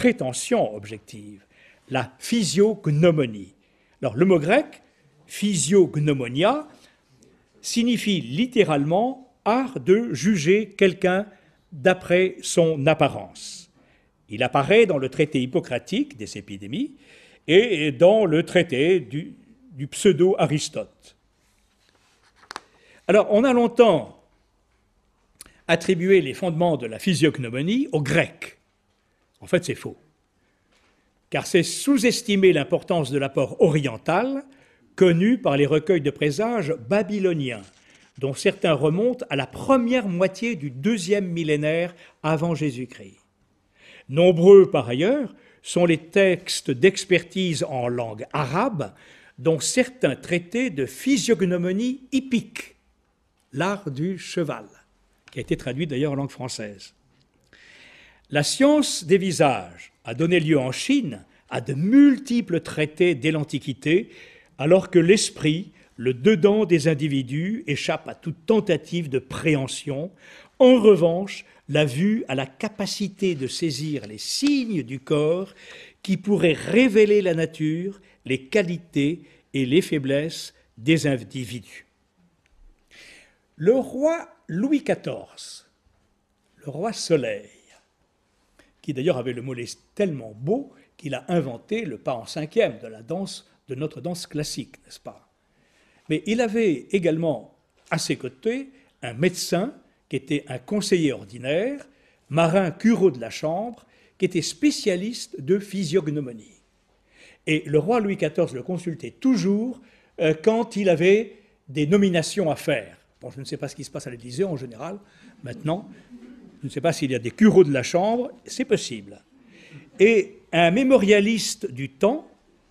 la physiognomonie. Alors le mot grec, physiognomonia, signifie littéralement art de juger quelqu'un d'après son apparence. Il apparaît dans le traité hippocratique des épidémies et dans le traité du pseudo-Aristote. Alors, on a longtemps attribué les fondements de la physiognomonie aux Grecs. En fait, c'est faux. car c'est sous-estimer l'importance de l'apport oriental connu par les recueils de présages babyloniens, dont certains remontent à la première moitié du deuxième millénaire avant Jésus-Christ. Nombreux, par ailleurs, sont les textes d'expertise en langue arabe, dont certains traités de physiognomonie hippique, l'art du cheval, qui a été traduit d'ailleurs en langue française. La science des visages a donné lieu en Chine à de multiples traités dès l'Antiquité, alors que l'esprit, le dedans des individus, échappe à toute tentative de préhension. En revanche, la vue a la capacité de saisir les signes du corps qui pourraient révéler la nature, les qualités et les faiblesses des individus. Le roi Louis XIV, le roi Soleil, qui d'ailleurs avait le mollet tellement beau qu'il a inventé le pas en cinquième de notre danse classique, n'est-ce pas? Mais il avait également à ses côtés un médecin qui était un conseiller ordinaire, marin curot de la Chambre, qui était spécialiste de physiognomonie. Et le roi Louis XIV le consultait toujours quand il avait des nominations à faire. Bon, je ne sais pas ce qui se passe à l'Élysée en général, maintenant. Je ne sais pas s'il y a des curots de la Chambre, c'est possible. Et un mémorialiste du temps,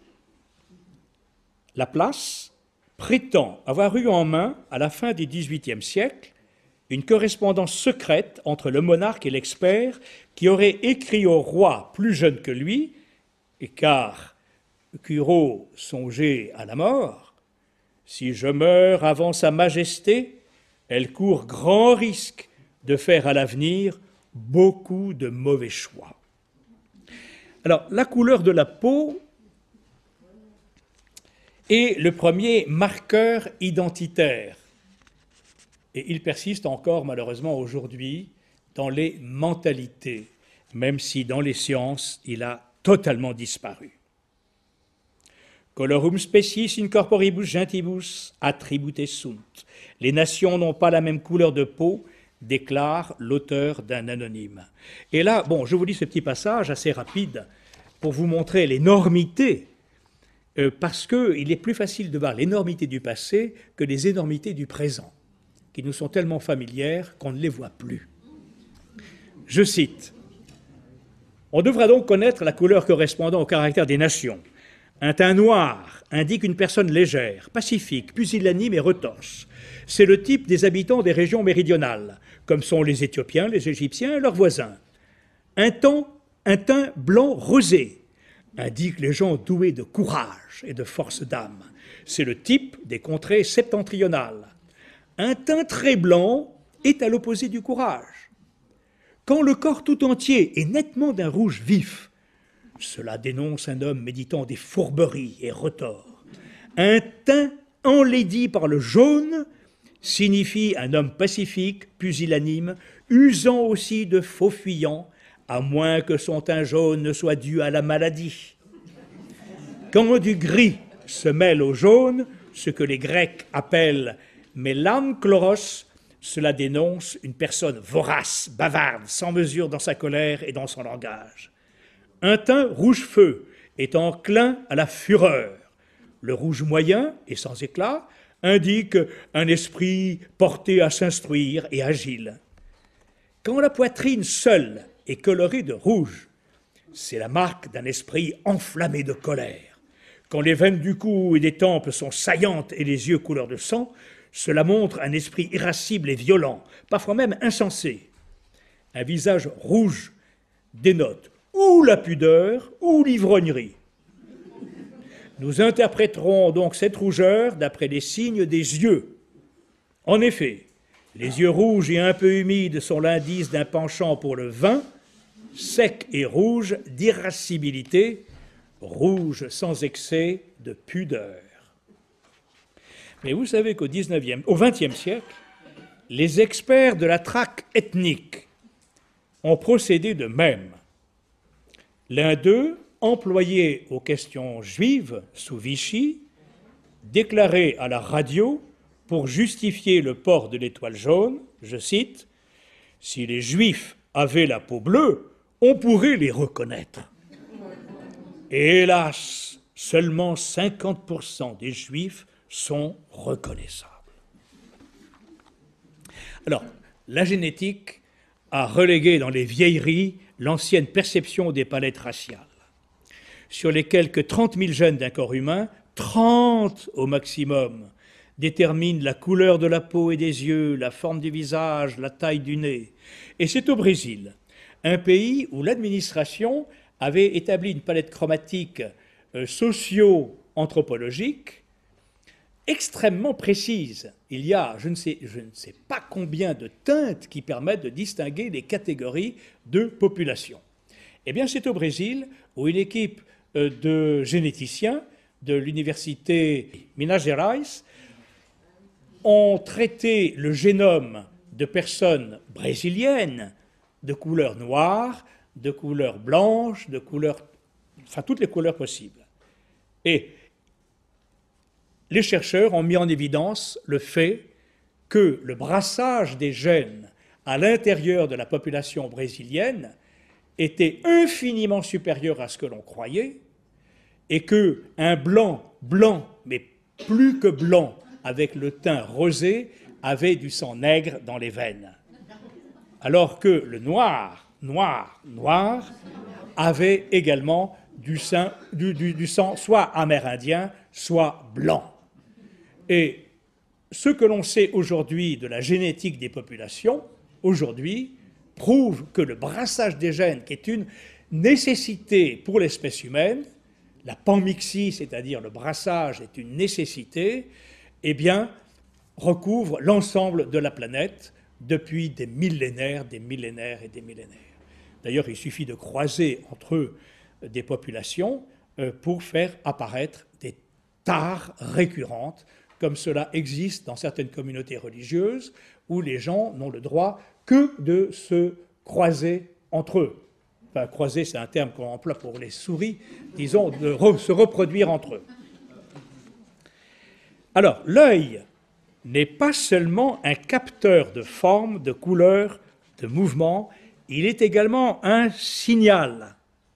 Laplace, prétend avoir eu en main, à la fin du XVIIIe siècle, une correspondance secrète entre le monarque et l'expert qui aurait écrit au roi plus jeune que lui, et car Curot songeait à la mort, « Si je meurs avant sa majesté, elle court grand risque de faire à l'avenir beaucoup de mauvais choix. » Alors, la couleur de la peau est le premier marqueur identitaire. Et il persiste encore, malheureusement, aujourd'hui, dans les mentalités, même si dans les sciences, il a totalement disparu. Colorum species in corporibus gentibus attribute sunt. Les nations n'ont pas la même couleur de peau, déclare l'auteur d'un anonyme. Et là, bon, je vous lis ce petit passage assez rapide pour vous montrer l'énormité, parce qu'il est plus facile de voir l'énormité du passé que les énormités du présent, qui nous sont tellement familières qu'on ne les voit plus. Je cite, « On devra donc connaître la couleur correspondant au caractère des nations. Un teint noir indique une personne légère, pacifique, pusillanime et retorse. C'est le type des habitants des régions méridionales, comme sont les Éthiopiens, les Égyptiens et leurs voisins. Un teint blanc rosé indique les gens doués de courage et de force d'âme. C'est le type des contrées septentrionales. Un teint très blanc est à l'opposé du courage. Quand le corps tout entier est nettement d'un rouge vif, cela dénonce un homme méditant des fourberies et retors. Un teint enlaidi par le jaune signifie un homme pacifique, pusillanime, usant aussi de faux fuyants, à moins que son teint jaune ne soit dû à la maladie. Quand du gris se mêle au jaune, ce que les Grecs appellent mélankloros, cela dénonce une personne vorace, bavarde, sans mesure dans sa colère et dans son langage. Un teint rouge-feu est enclin à la fureur. Le rouge moyen et sans éclat indique un esprit porté à s'instruire et agile. Quand la poitrine seule est colorée de rouge, c'est la marque d'un esprit enflammé de colère. Quand les veines du cou et des tempes sont saillantes et les yeux couleur de sang, cela montre un esprit irascible et violent, parfois même insensé. Un visage rouge dénote ou la pudeur ou l'ivrognerie. Nous interpréterons donc cette rougeur d'après les signes des yeux. En effet, les yeux rouges et un peu humides sont l'indice d'un penchant pour le vin, sec et rouge d'irascibilité, rouge sans excès de pudeur. Mais vous savez qu'au XXe siècle, les experts de la traque ethnique ont procédé de même. L'un d'eux, employé aux questions juives sous Vichy, déclarait à la radio, pour justifier le port de l'étoile jaune, je cite, « Si les Juifs avaient la peau bleue, on pourrait les reconnaître. » Et hélas, seulement 50% des Juifs sont reconnaissables. Alors, la génétique a relégué dans les vieilleries l'ancienne perception des palettes raciales. Sur les quelques 30 000 gènes d'un corps humain, 30 au maximum déterminent la couleur de la peau et des yeux, la forme du visage, la taille du nez. Et c'est au Brésil, un pays où l'administration avait établi une palette chromatique socio-anthropologique extrêmement précise. Il y a, je ne sais pas combien de teintes qui permettent de distinguer les catégories de population. Eh bien, c'est au Brésil où une équipe de généticiens de l'université Minas Gerais ont traité le génome de personnes brésiliennes de couleur noire, de couleur blanche, de couleur, enfin toutes les couleurs possibles. Et les chercheurs ont mis en évidence le fait que le brassage des gènes à l'intérieur de la population brésilienne était infiniment supérieur à ce que l'on croyait, et qu'un blanc, mais plus que blanc, avec le teint rosé, avait du sang nègre dans les veines. Alors que le noir, avait également du sang soit amérindien, soit blanc. Et ce que l'on sait aujourd'hui de la génétique des populations, aujourd'hui, prouve que le brassage des gènes, qui est une nécessité pour l'espèce humaine, la panmixie, c'est-à-dire le brassage, est une nécessité, eh bien, recouvre l'ensemble de la planète depuis des millénaires et des millénaires. D'ailleurs, il suffit de croiser entre eux des populations pour faire apparaître des tares récurrentes, comme cela existe dans certaines communautés religieuses, où les gens n'ont le droit que de se croiser entre eux. Enfin, croiser, c'est un terme qu'on emploie pour les souris, disons, de se reproduire entre eux. Alors, l'œil n'est pas seulement un capteur de forme, de couleur, de mouvement, il est également un signal.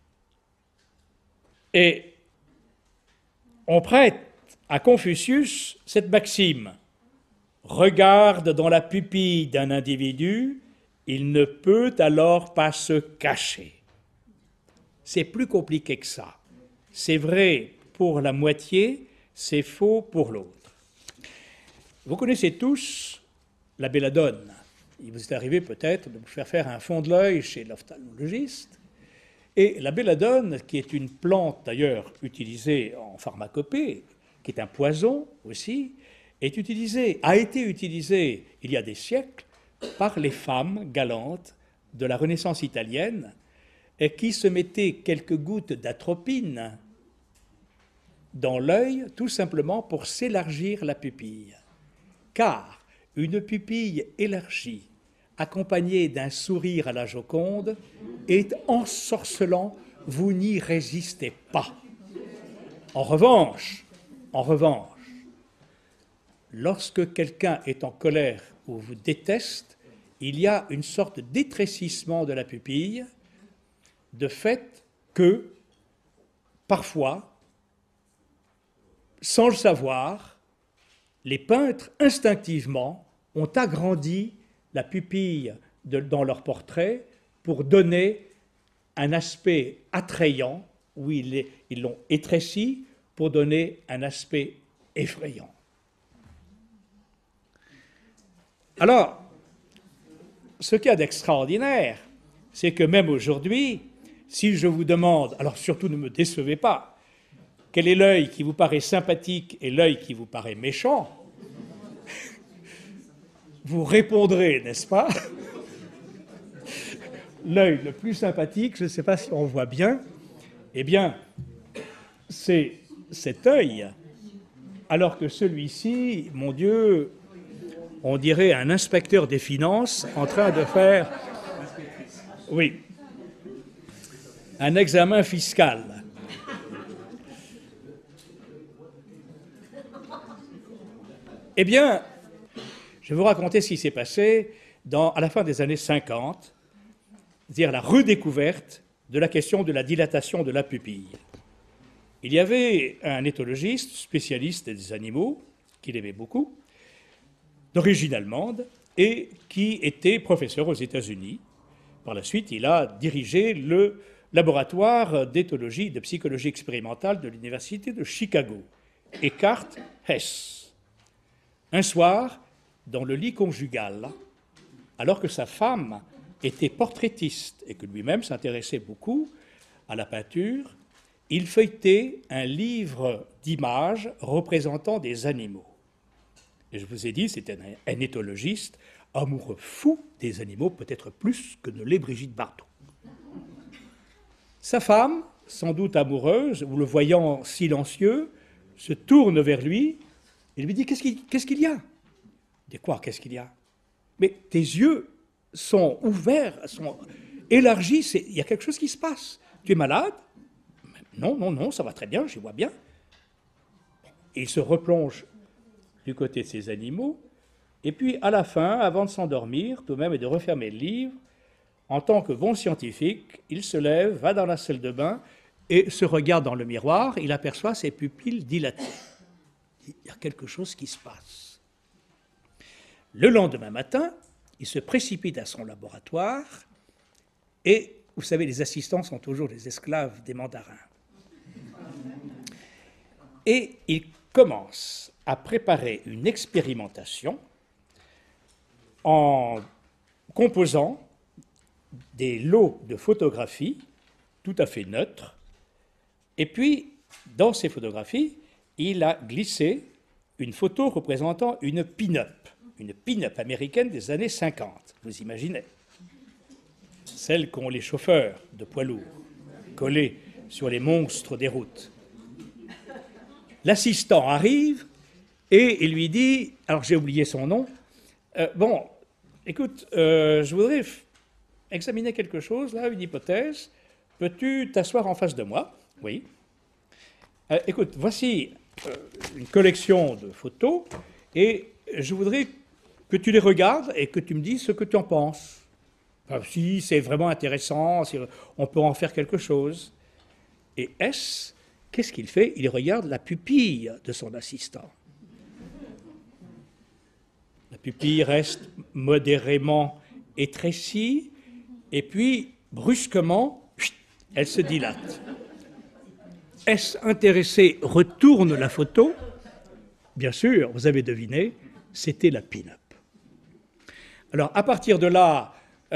Et on prête à Confucius cette maxime: regarde dans la pupille d'un individu, il ne peut alors pas se cacher. C'est plus compliqué que ça. C'est vrai pour la moitié, c'est faux pour l'autre. Vous connaissez tous la belladone. Il vous est arrivé peut-être de vous faire un fond de l'œil chez l'ophtalmologiste. Et la belladone, qui est une plante d'ailleurs utilisée en pharmacopée, qui est un poison aussi, a été utilisée il y a des siècles par les femmes galantes de la Renaissance italienne et qui se mettaient quelques gouttes d'atropine dans l'œil tout simplement pour s'élargir la pupille. Car une pupille élargie, accompagnée d'un sourire à la Joconde, est ensorcelant, vous n'y résistez pas. En revanche, lorsque quelqu'un est en colère ou vous déteste, il y a une sorte d'étrécissement de la pupille, de fait que, parfois, sans le savoir, les peintres, instinctivement, ont agrandi la pupille dans leur portrait pour donner un aspect attrayant, où ils l'ont étréci pour donner un aspect effrayant. Alors, ce qu'il y a d'extraordinaire, c'est que même aujourd'hui, si je vous demande, alors surtout ne me décevez pas, quel est l'œil qui vous paraît sympathique et l'œil qui vous paraît méchant, vous répondrez, n'est-ce pas? L'œil le plus sympathique, je ne sais pas si on voit bien, eh bien, c'est cet œil, alors que celui-ci, mon Dieu, on dirait un inspecteur des finances en train de faire, oui, un examen fiscal. Eh bien, je vais vous raconter ce qui s'est passé à la fin des années 50, c'est-à-dire la redécouverte de la question de la dilatation de la pupille. Il y avait un éthologiste spécialiste des animaux, qu'il aimait beaucoup, d'origine allemande, et qui était professeur aux États-Unis. Par la suite, il a dirigé le laboratoire d'éthologie et de psychologie expérimentale de l'Université de Chicago, Eckhart Hess. Un soir, dans le lit conjugal, alors que sa femme était portraitiste et que lui-même s'intéressait beaucoup à la peinture, il feuilletait un livre d'images représentant des animaux. Et je vous ai dit, c'était un éthologiste amoureux fou des animaux, peut-être plus que ne l'est Brigitte Bardot. Sa femme, sans doute amoureuse, ou le voyant silencieux, se tourne vers lui et lui dit « Qu'est-ce qu'il y a ?» « Quoi, qu'est-ce qu'il y a ?»« Mais tes yeux sont ouverts, sont élargis, il y a quelque chose qui se passe. Tu es malade ?»« Non, ça va très bien, je vois bien. » Et il se replonge du côté de ces animaux, et puis à la fin, avant de s'endormir, tout de même, et de refermer le livre, en tant que bon scientifique, il se lève, va dans la salle de bain, et se regarde dans le miroir, il aperçoit ses pupilles dilatées. Il y a quelque chose qui se passe. Le lendemain matin, il se précipite à son laboratoire, et, vous savez, les assistants sont toujours les esclaves des mandarins. Et il commence à préparer une expérimentation en composant des lots de photographies tout à fait neutres. Et puis, dans ces photographies, il a glissé une photo représentant une pin-up américaine des années 50, vous imaginez. Celle qu'ont les chauffeurs de poids lourds, collés sur les monstres des routes. L'assistant arrive et il lui dit, alors j'ai oublié son nom, bon, écoute, je voudrais examiner quelque chose, là, une hypothèse, peux-tu t'asseoir en face de moi? Oui. Écoute, voici une collection de photos, et je voudrais que tu les regardes et que tu me dises ce que tu en penses. Enfin, si c'est vraiment intéressant, si on peut en faire quelque chose. Et S, qu'est-ce qu'il fait? Il regarde la pupille de son assistant. La pupille reste modérément étrécie, et puis, brusquement, elle se dilate. S, intéressé, retourne la photo. Bien sûr, vous avez deviné, c'était la pin-up. Alors, à partir de là,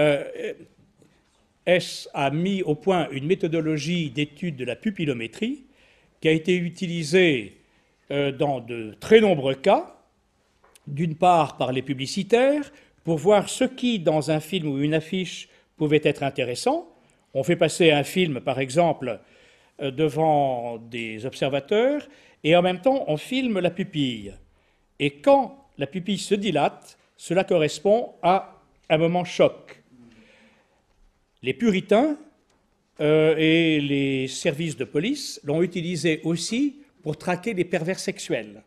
S a mis au point une méthodologie d'étude de la pupillométrie qui a été utilisée dans de très nombreux cas, d'une part par les publicitaires, pour voir ce qui, dans un film ou une affiche, pouvait être intéressant. On fait passer un film, par exemple, devant des observateurs, et en même temps, on filme la pupille. Et quand la pupille se dilate, cela correspond à un moment choc. Les puritains et les services de police l'ont utilisé aussi pour traquer les pervers sexuels,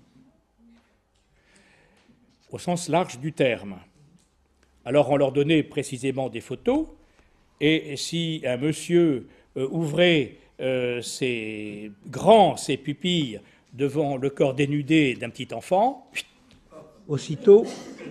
au sens large du terme. Alors on leur donnait précisément des photos, et si un monsieur ouvrait ses pupilles devant le corps dénudé d'un petit enfant, aussitôt...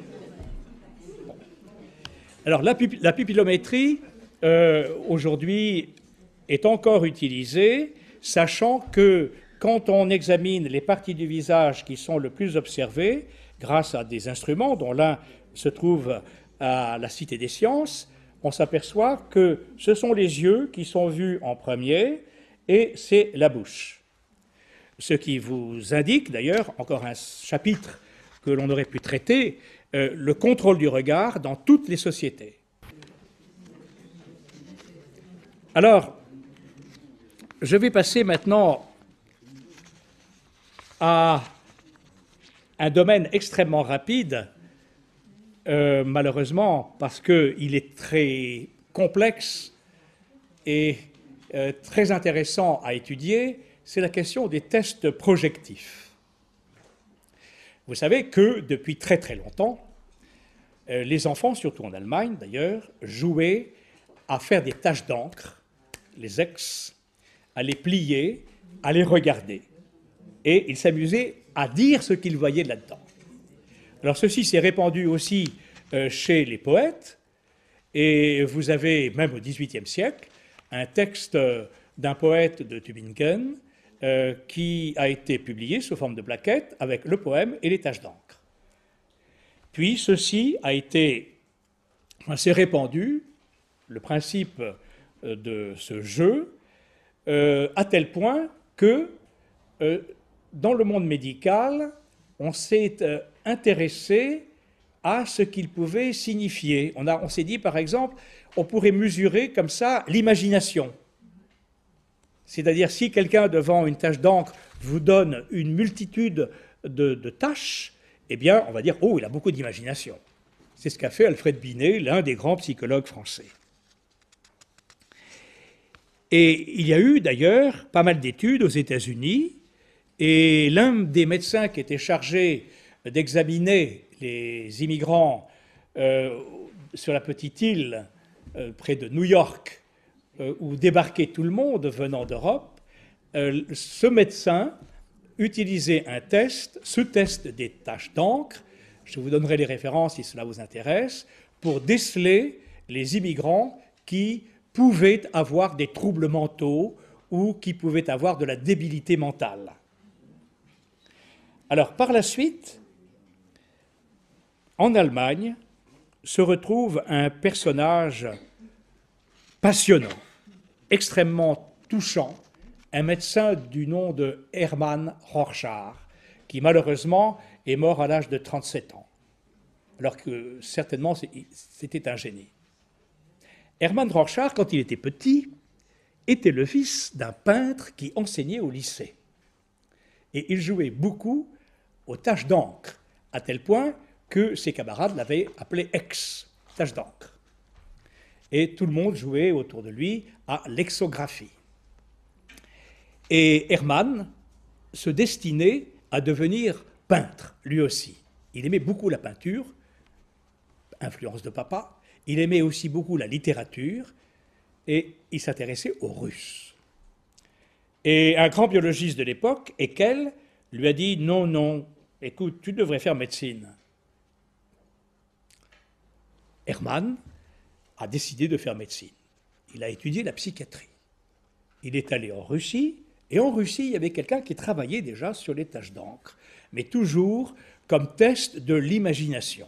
Alors la pupillométrie, aujourd'hui, est encore utilisée, sachant que quand on examine les parties du visage qui sont le plus observées, grâce à des instruments dont l'un se trouve à la Cité des Sciences, on s'aperçoit que ce sont les yeux qui sont vus en premier et c'est la bouche. Ce qui vous indique d'ailleurs, encore un chapitre que l'on aurait pu traiter, le contrôle du regard dans toutes les sociétés. Alors, je vais passer maintenant à un domaine extrêmement rapide, malheureusement, parce qu'il est très complexe et très intéressant à étudier, c'est la question des tests projectifs. Vous savez que depuis très très longtemps, les enfants, surtout en Allemagne d'ailleurs, jouaient à faire des taches d'encre, les X, à les plier à les regarder. Et il s'amusait à dire ce qu'il voyait là-dedans. Alors ceci s'est répandu aussi chez les poètes, et vous avez, même au XVIIIe siècle, un texte d'un poète de Tübingen qui a été publié sous forme de plaquette avec le poème et les taches d'encre. Puis ceci s'est répandu, le principe de ce jeu, à tel point que dans le monde médical, on s'est intéressé à ce qu'il pouvait signifier. On s'est dit, par exemple, on pourrait mesurer comme ça l'imagination. C'est-à-dire, si quelqu'un, devant une tache d'encre, vous donne une multitude de taches, eh bien, on va dire, oh, il a beaucoup d'imagination. C'est ce qu'a fait Alfred Binet, l'un des grands psychologues français. Et il y a eu, d'ailleurs, pas mal d'études aux États-Unis, et l'un des médecins qui était chargé d'examiner les immigrants sur la petite île près de New York, où débarquait tout le monde venant d'Europe, ce médecin utilisait un test, ce test des taches d'encre, je vous donnerai les références si cela vous intéresse, pour déceler les immigrants qui pouvaient avoir des troubles mentaux ou qui pouvaient avoir de la débilité mentale. Alors, par la suite, en Allemagne, se retrouve un personnage passionnant, extrêmement touchant, un médecin du nom de Hermann Rorschach, qui malheureusement est mort à l'âge de 37 ans, alors que certainement c'était un génie. Hermann Rorschach, quand il était petit, était le fils d'un peintre qui enseignait au lycée. Et il jouait beaucoup aux taches d'encre, à tel point que ses camarades l'avaient appelé Ex, tache d'encre. Et tout le monde jouait autour de lui à l'exographie. Et Hermann se destinait à devenir peintre, lui aussi. Il aimait beaucoup la peinture, influence de papa, il aimait aussi beaucoup la littérature, et il s'intéressait aux Russes. Et un grand biologiste de l'époque, Haeckel, lui a dit « Non, non, écoute, tu devrais faire médecine ». Hermann a décidé de faire médecine. Il a étudié la psychiatrie. Il est allé en Russie, et en Russie, il y avait quelqu'un qui travaillait déjà sur les taches d'encre, mais toujours comme test de l'imagination.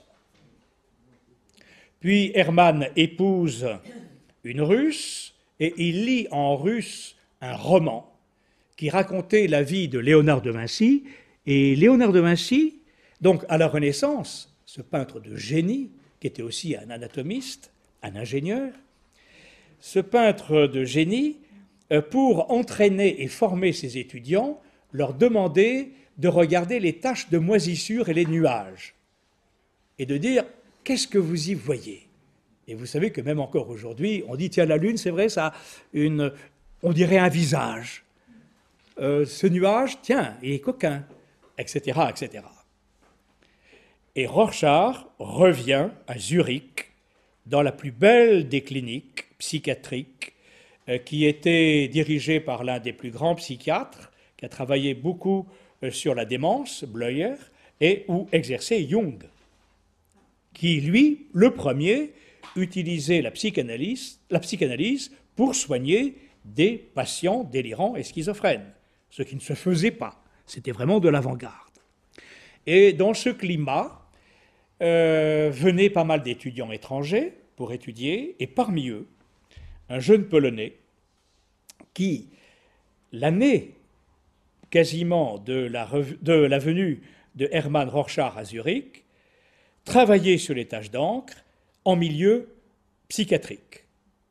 Puis Hermann épouse une Russe, et il lit en russe un roman qui racontait la vie de Léonard de Vinci. Et Léonard de Vinci, donc à la Renaissance, ce peintre de génie, qui était aussi un anatomiste, un ingénieur, ce peintre de génie, pour entraîner et former ses étudiants, leur demandait de regarder les taches de moisissure et les nuages, et de dire « qu'est-ce que vous y voyez ?» Et vous savez que même encore aujourd'hui, on dit « tiens, la Lune, c'est vrai, ça a on dirait un visage. Ce nuage, tiens, il est coquin, etc., etc. » Et Rorschach revient à Zurich, dans la plus belle des cliniques psychiatriques, qui était dirigée par l'un des plus grands psychiatres, qui a travaillé beaucoup sur la démence, Bleuler, et où exerçait Jung, qui, lui, le premier, utilisait la psychanalyse pour soigner des patients délirants et schizophrènes, ce qui ne se faisait pas. C'était vraiment de l'avant-garde. Et dans ce climat, venaient pas mal d'étudiants étrangers pour étudier, et parmi eux, un jeune Polonais qui, l'année quasiment de la venue de Hermann Rorschach à Zurich, travaillait sur les taches d'encre en milieu psychiatrique.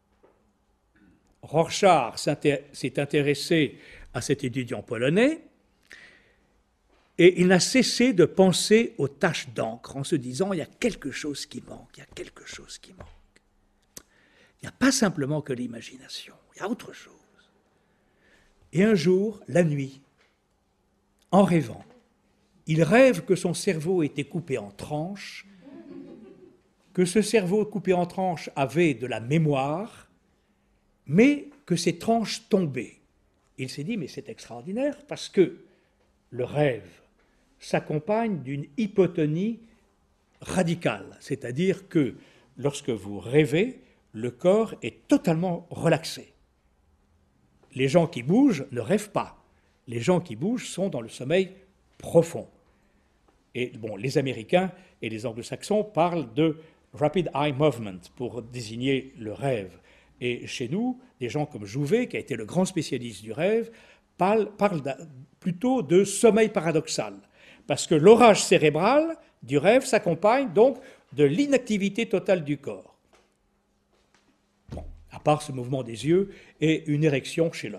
Rorschach s'est intéressé à cet étudiant polonais, et il n'a cessé de penser aux taches d'encre en se disant « il y a quelque chose qui manque, il y a quelque chose qui manque ». Il n'y a pas simplement que l'imagination, il y a autre chose. Et un jour, la nuit, en rêvant, il rêve que son cerveau était coupé en tranches, que ce cerveau coupé en tranches avait de la mémoire, mais que ces tranches tombaient. il s'est dit, mais c'est extraordinaire, parce que le rêve s'accompagne d'une hypotonie radicale, c'est-à-dire que lorsque vous rêvez, le corps est totalement relaxé. Les gens qui bougent ne rêvent pas. Les gens qui bougent sont dans le sommeil profond. Et bon, les Américains et les Anglo-Saxons parlent de rapid eye movement pour désigner le rêve. Et chez nous, des gens comme Jouvet, qui a été le grand spécialiste du rêve, parlent plutôt de sommeil paradoxal. Parce que l'orage cérébral du rêve s'accompagne donc de l'inactivité totale du corps. Bon, à part ce mouvement des yeux et une érection chez l'homme.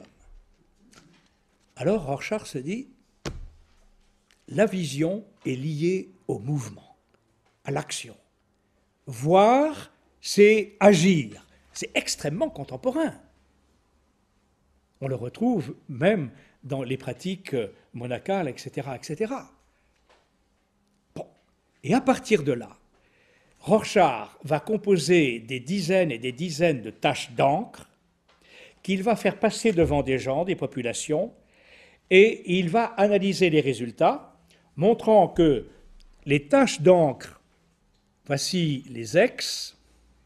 Alors Rorschach se dit, la vision est liée au mouvement, à l'action. Voir, c'est agir. C'est extrêmement contemporain. On le retrouve même dans les pratiques monacales, etc., etc. Bon. Et à partir de là, Rorschach va composer des dizaines et des dizaines de taches d'encre qu'il va faire passer devant des gens, des populations, et il va analyser les résultats, montrant que les taches d'encre, voici les X.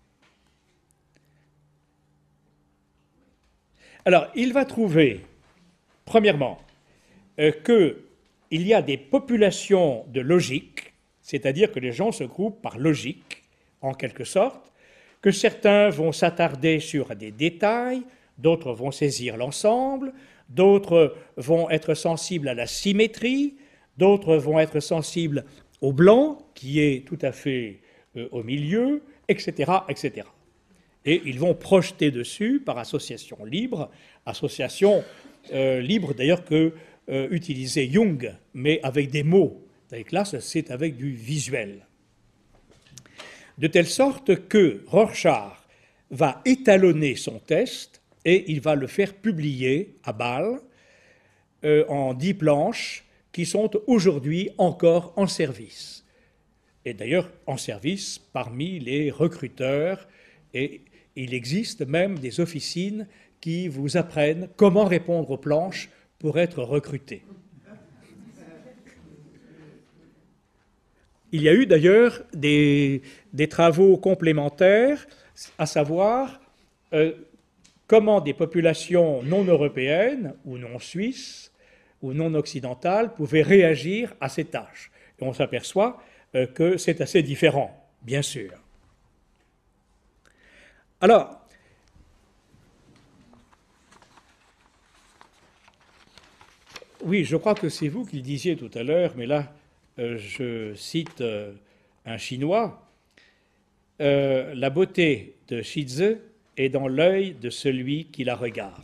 Alors, il va trouver, premièrement, qu'il y a des populations de logique, c'est-à-dire que les gens se groupent par logique, en quelque sorte, que certains vont s'attarder sur des détails, d'autres vont saisir l'ensemble, d'autres vont être sensibles à la symétrie, d'autres vont être sensibles au blanc, qui est tout à fait au milieu, etc., etc. Et ils vont projeter dessus par association libre d'ailleurs que utilisait Jung, mais avec des mots. Avec là, c'est avec du visuel. De telle sorte que Rorschach va étalonner son test et il va le faire publier à Bâle en 10 planches qui sont aujourd'hui encore en service. Et d'ailleurs en service parmi les recruteurs. Et il existe même des officines qui vous apprennent comment répondre aux planches pour être recruté. Il y a eu d'ailleurs des travaux complémentaires, à savoir comment des populations non européennes ou non suisses ou non occidentales pouvaient réagir à ces tâches. Et on s'aperçoit que c'est assez différent, bien sûr. Alors, oui, je crois que c'est vous qui le disiez tout à l'heure, mais là, je cite un Chinois, la beauté de Shizi est dans l'œil de celui qui la regarde.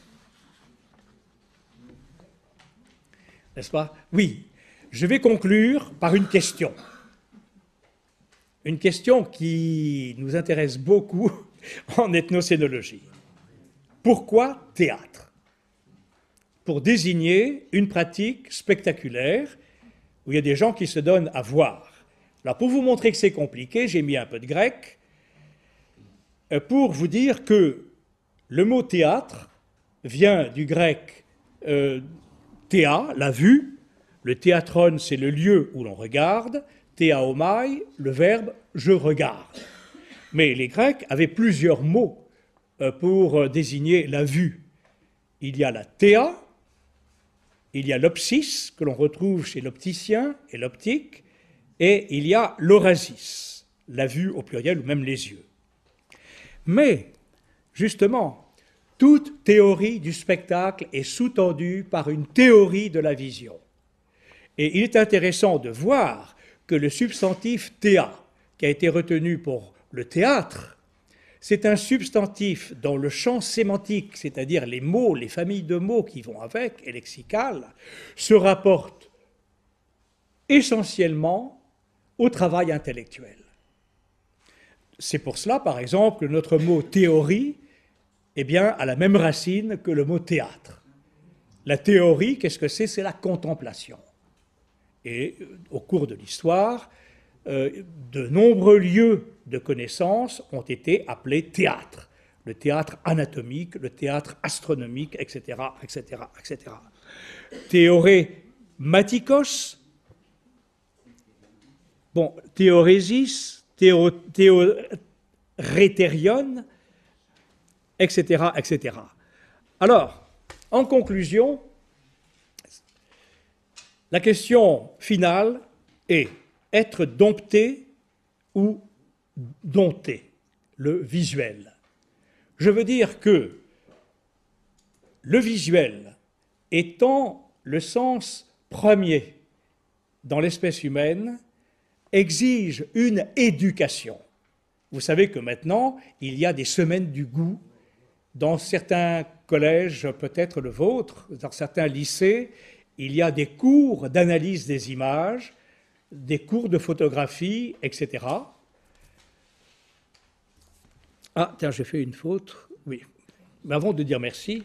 N'est-ce pas? Oui, je vais conclure par une question. Une question qui nous intéresse beaucoup en ethnocénologie. Pourquoi théâtre? Pour désigner une pratique spectaculaire où il y a des gens qui se donnent à voir. Alors, pour vous montrer que c'est compliqué, j'ai mis un peu de grec pour vous dire que le mot théâtre vient du grec théa, la vue. Le théatron, c'est le lieu où l'on regarde. Théaomai, le verbe « je regarde ». Mais les Grecs avaient plusieurs mots pour désigner la vue. Il y a la théa, il y a l'opsis, que l'on retrouve chez l'opticien et l'optique, et il y a l'orasis, la vue au pluriel ou même les yeux. Mais, justement, toute théorie du spectacle est sous-tendue par une théorie de la vision. Et il est intéressant de voir que le substantif théa, qui a été retenu pour le théâtre, c'est un substantif dont le champ sémantique, c'est-à-dire les mots, les familles de mots qui vont avec, et lexical, se rapporte essentiellement au travail intellectuel. C'est pour cela, par exemple, que notre mot théorie a la même racine que le mot théâtre. La théorie, qu'est-ce que c'est? C'est la contemplation. Et au cours de l'histoire, de nombreux lieux de connaissance ont été appelés théâtres. le théâtre anatomique, le théâtre astronomique, etc., etc., etc. Théorématikos, bon, théorésis, théorétérion, etc., etc. Alors, en conclusion, la question finale est être dompté ou dompté, le visuel. Je veux dire que le visuel étant le sens premier dans l'espèce humaine, exige une éducation. Vous savez que maintenant, il y a des semaines du goût dans certains collèges, peut-être le vôtre, dans certains lycées, il y a des cours d'analyse des images, des cours de photographie, etc. Ah, tiens, j'ai fait une faute. Oui. Mais avant de dire merci,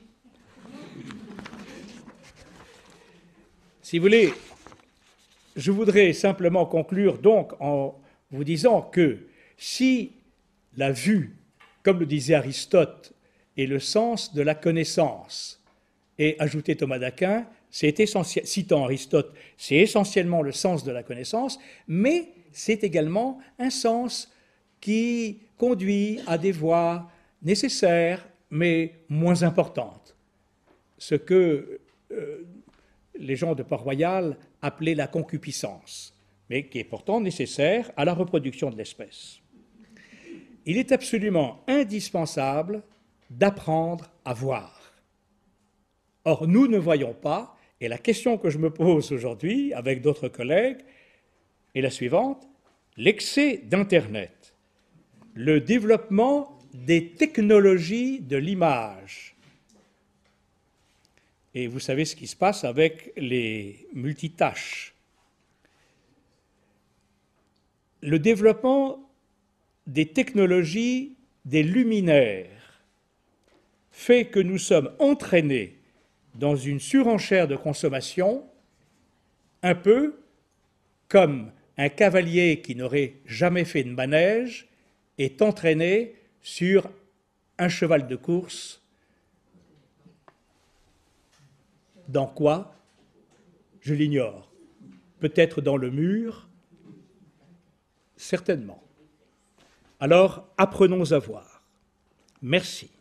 si vous voulez, je voudrais simplement conclure donc en vous disant que si la vue, comme le disait Aristote, est le sens de la connaissance, et ajoutait Thomas d'Aquin, c'est essentiel, citant Aristote, c'est essentiellement le sens de la connaissance, mais c'est également un sens qui conduit à des voies nécessaires, mais moins importantes. Ce que les gens de Port-Royal appelaient la concupiscence, mais qui est pourtant nécessaire à la reproduction de l'espèce. Il est absolument indispensable d'apprendre à voir. Or, nous ne voyons pas, et la question que je me pose aujourd'hui avec d'autres collègues est la suivante: l'excès d'Internet, le développement des technologies de l'image, et vous savez ce qui se passe avec les multitâches, le développement des technologies des luminaires fait que nous sommes entraînés dans une surenchère de consommation, un peu comme un cavalier qui n'aurait jamais fait de manège est entraîné sur un cheval de course. Dans quoi? Je l'ignore. Peut-être dans le mur? Certainement. Alors, apprenons à voir. Merci.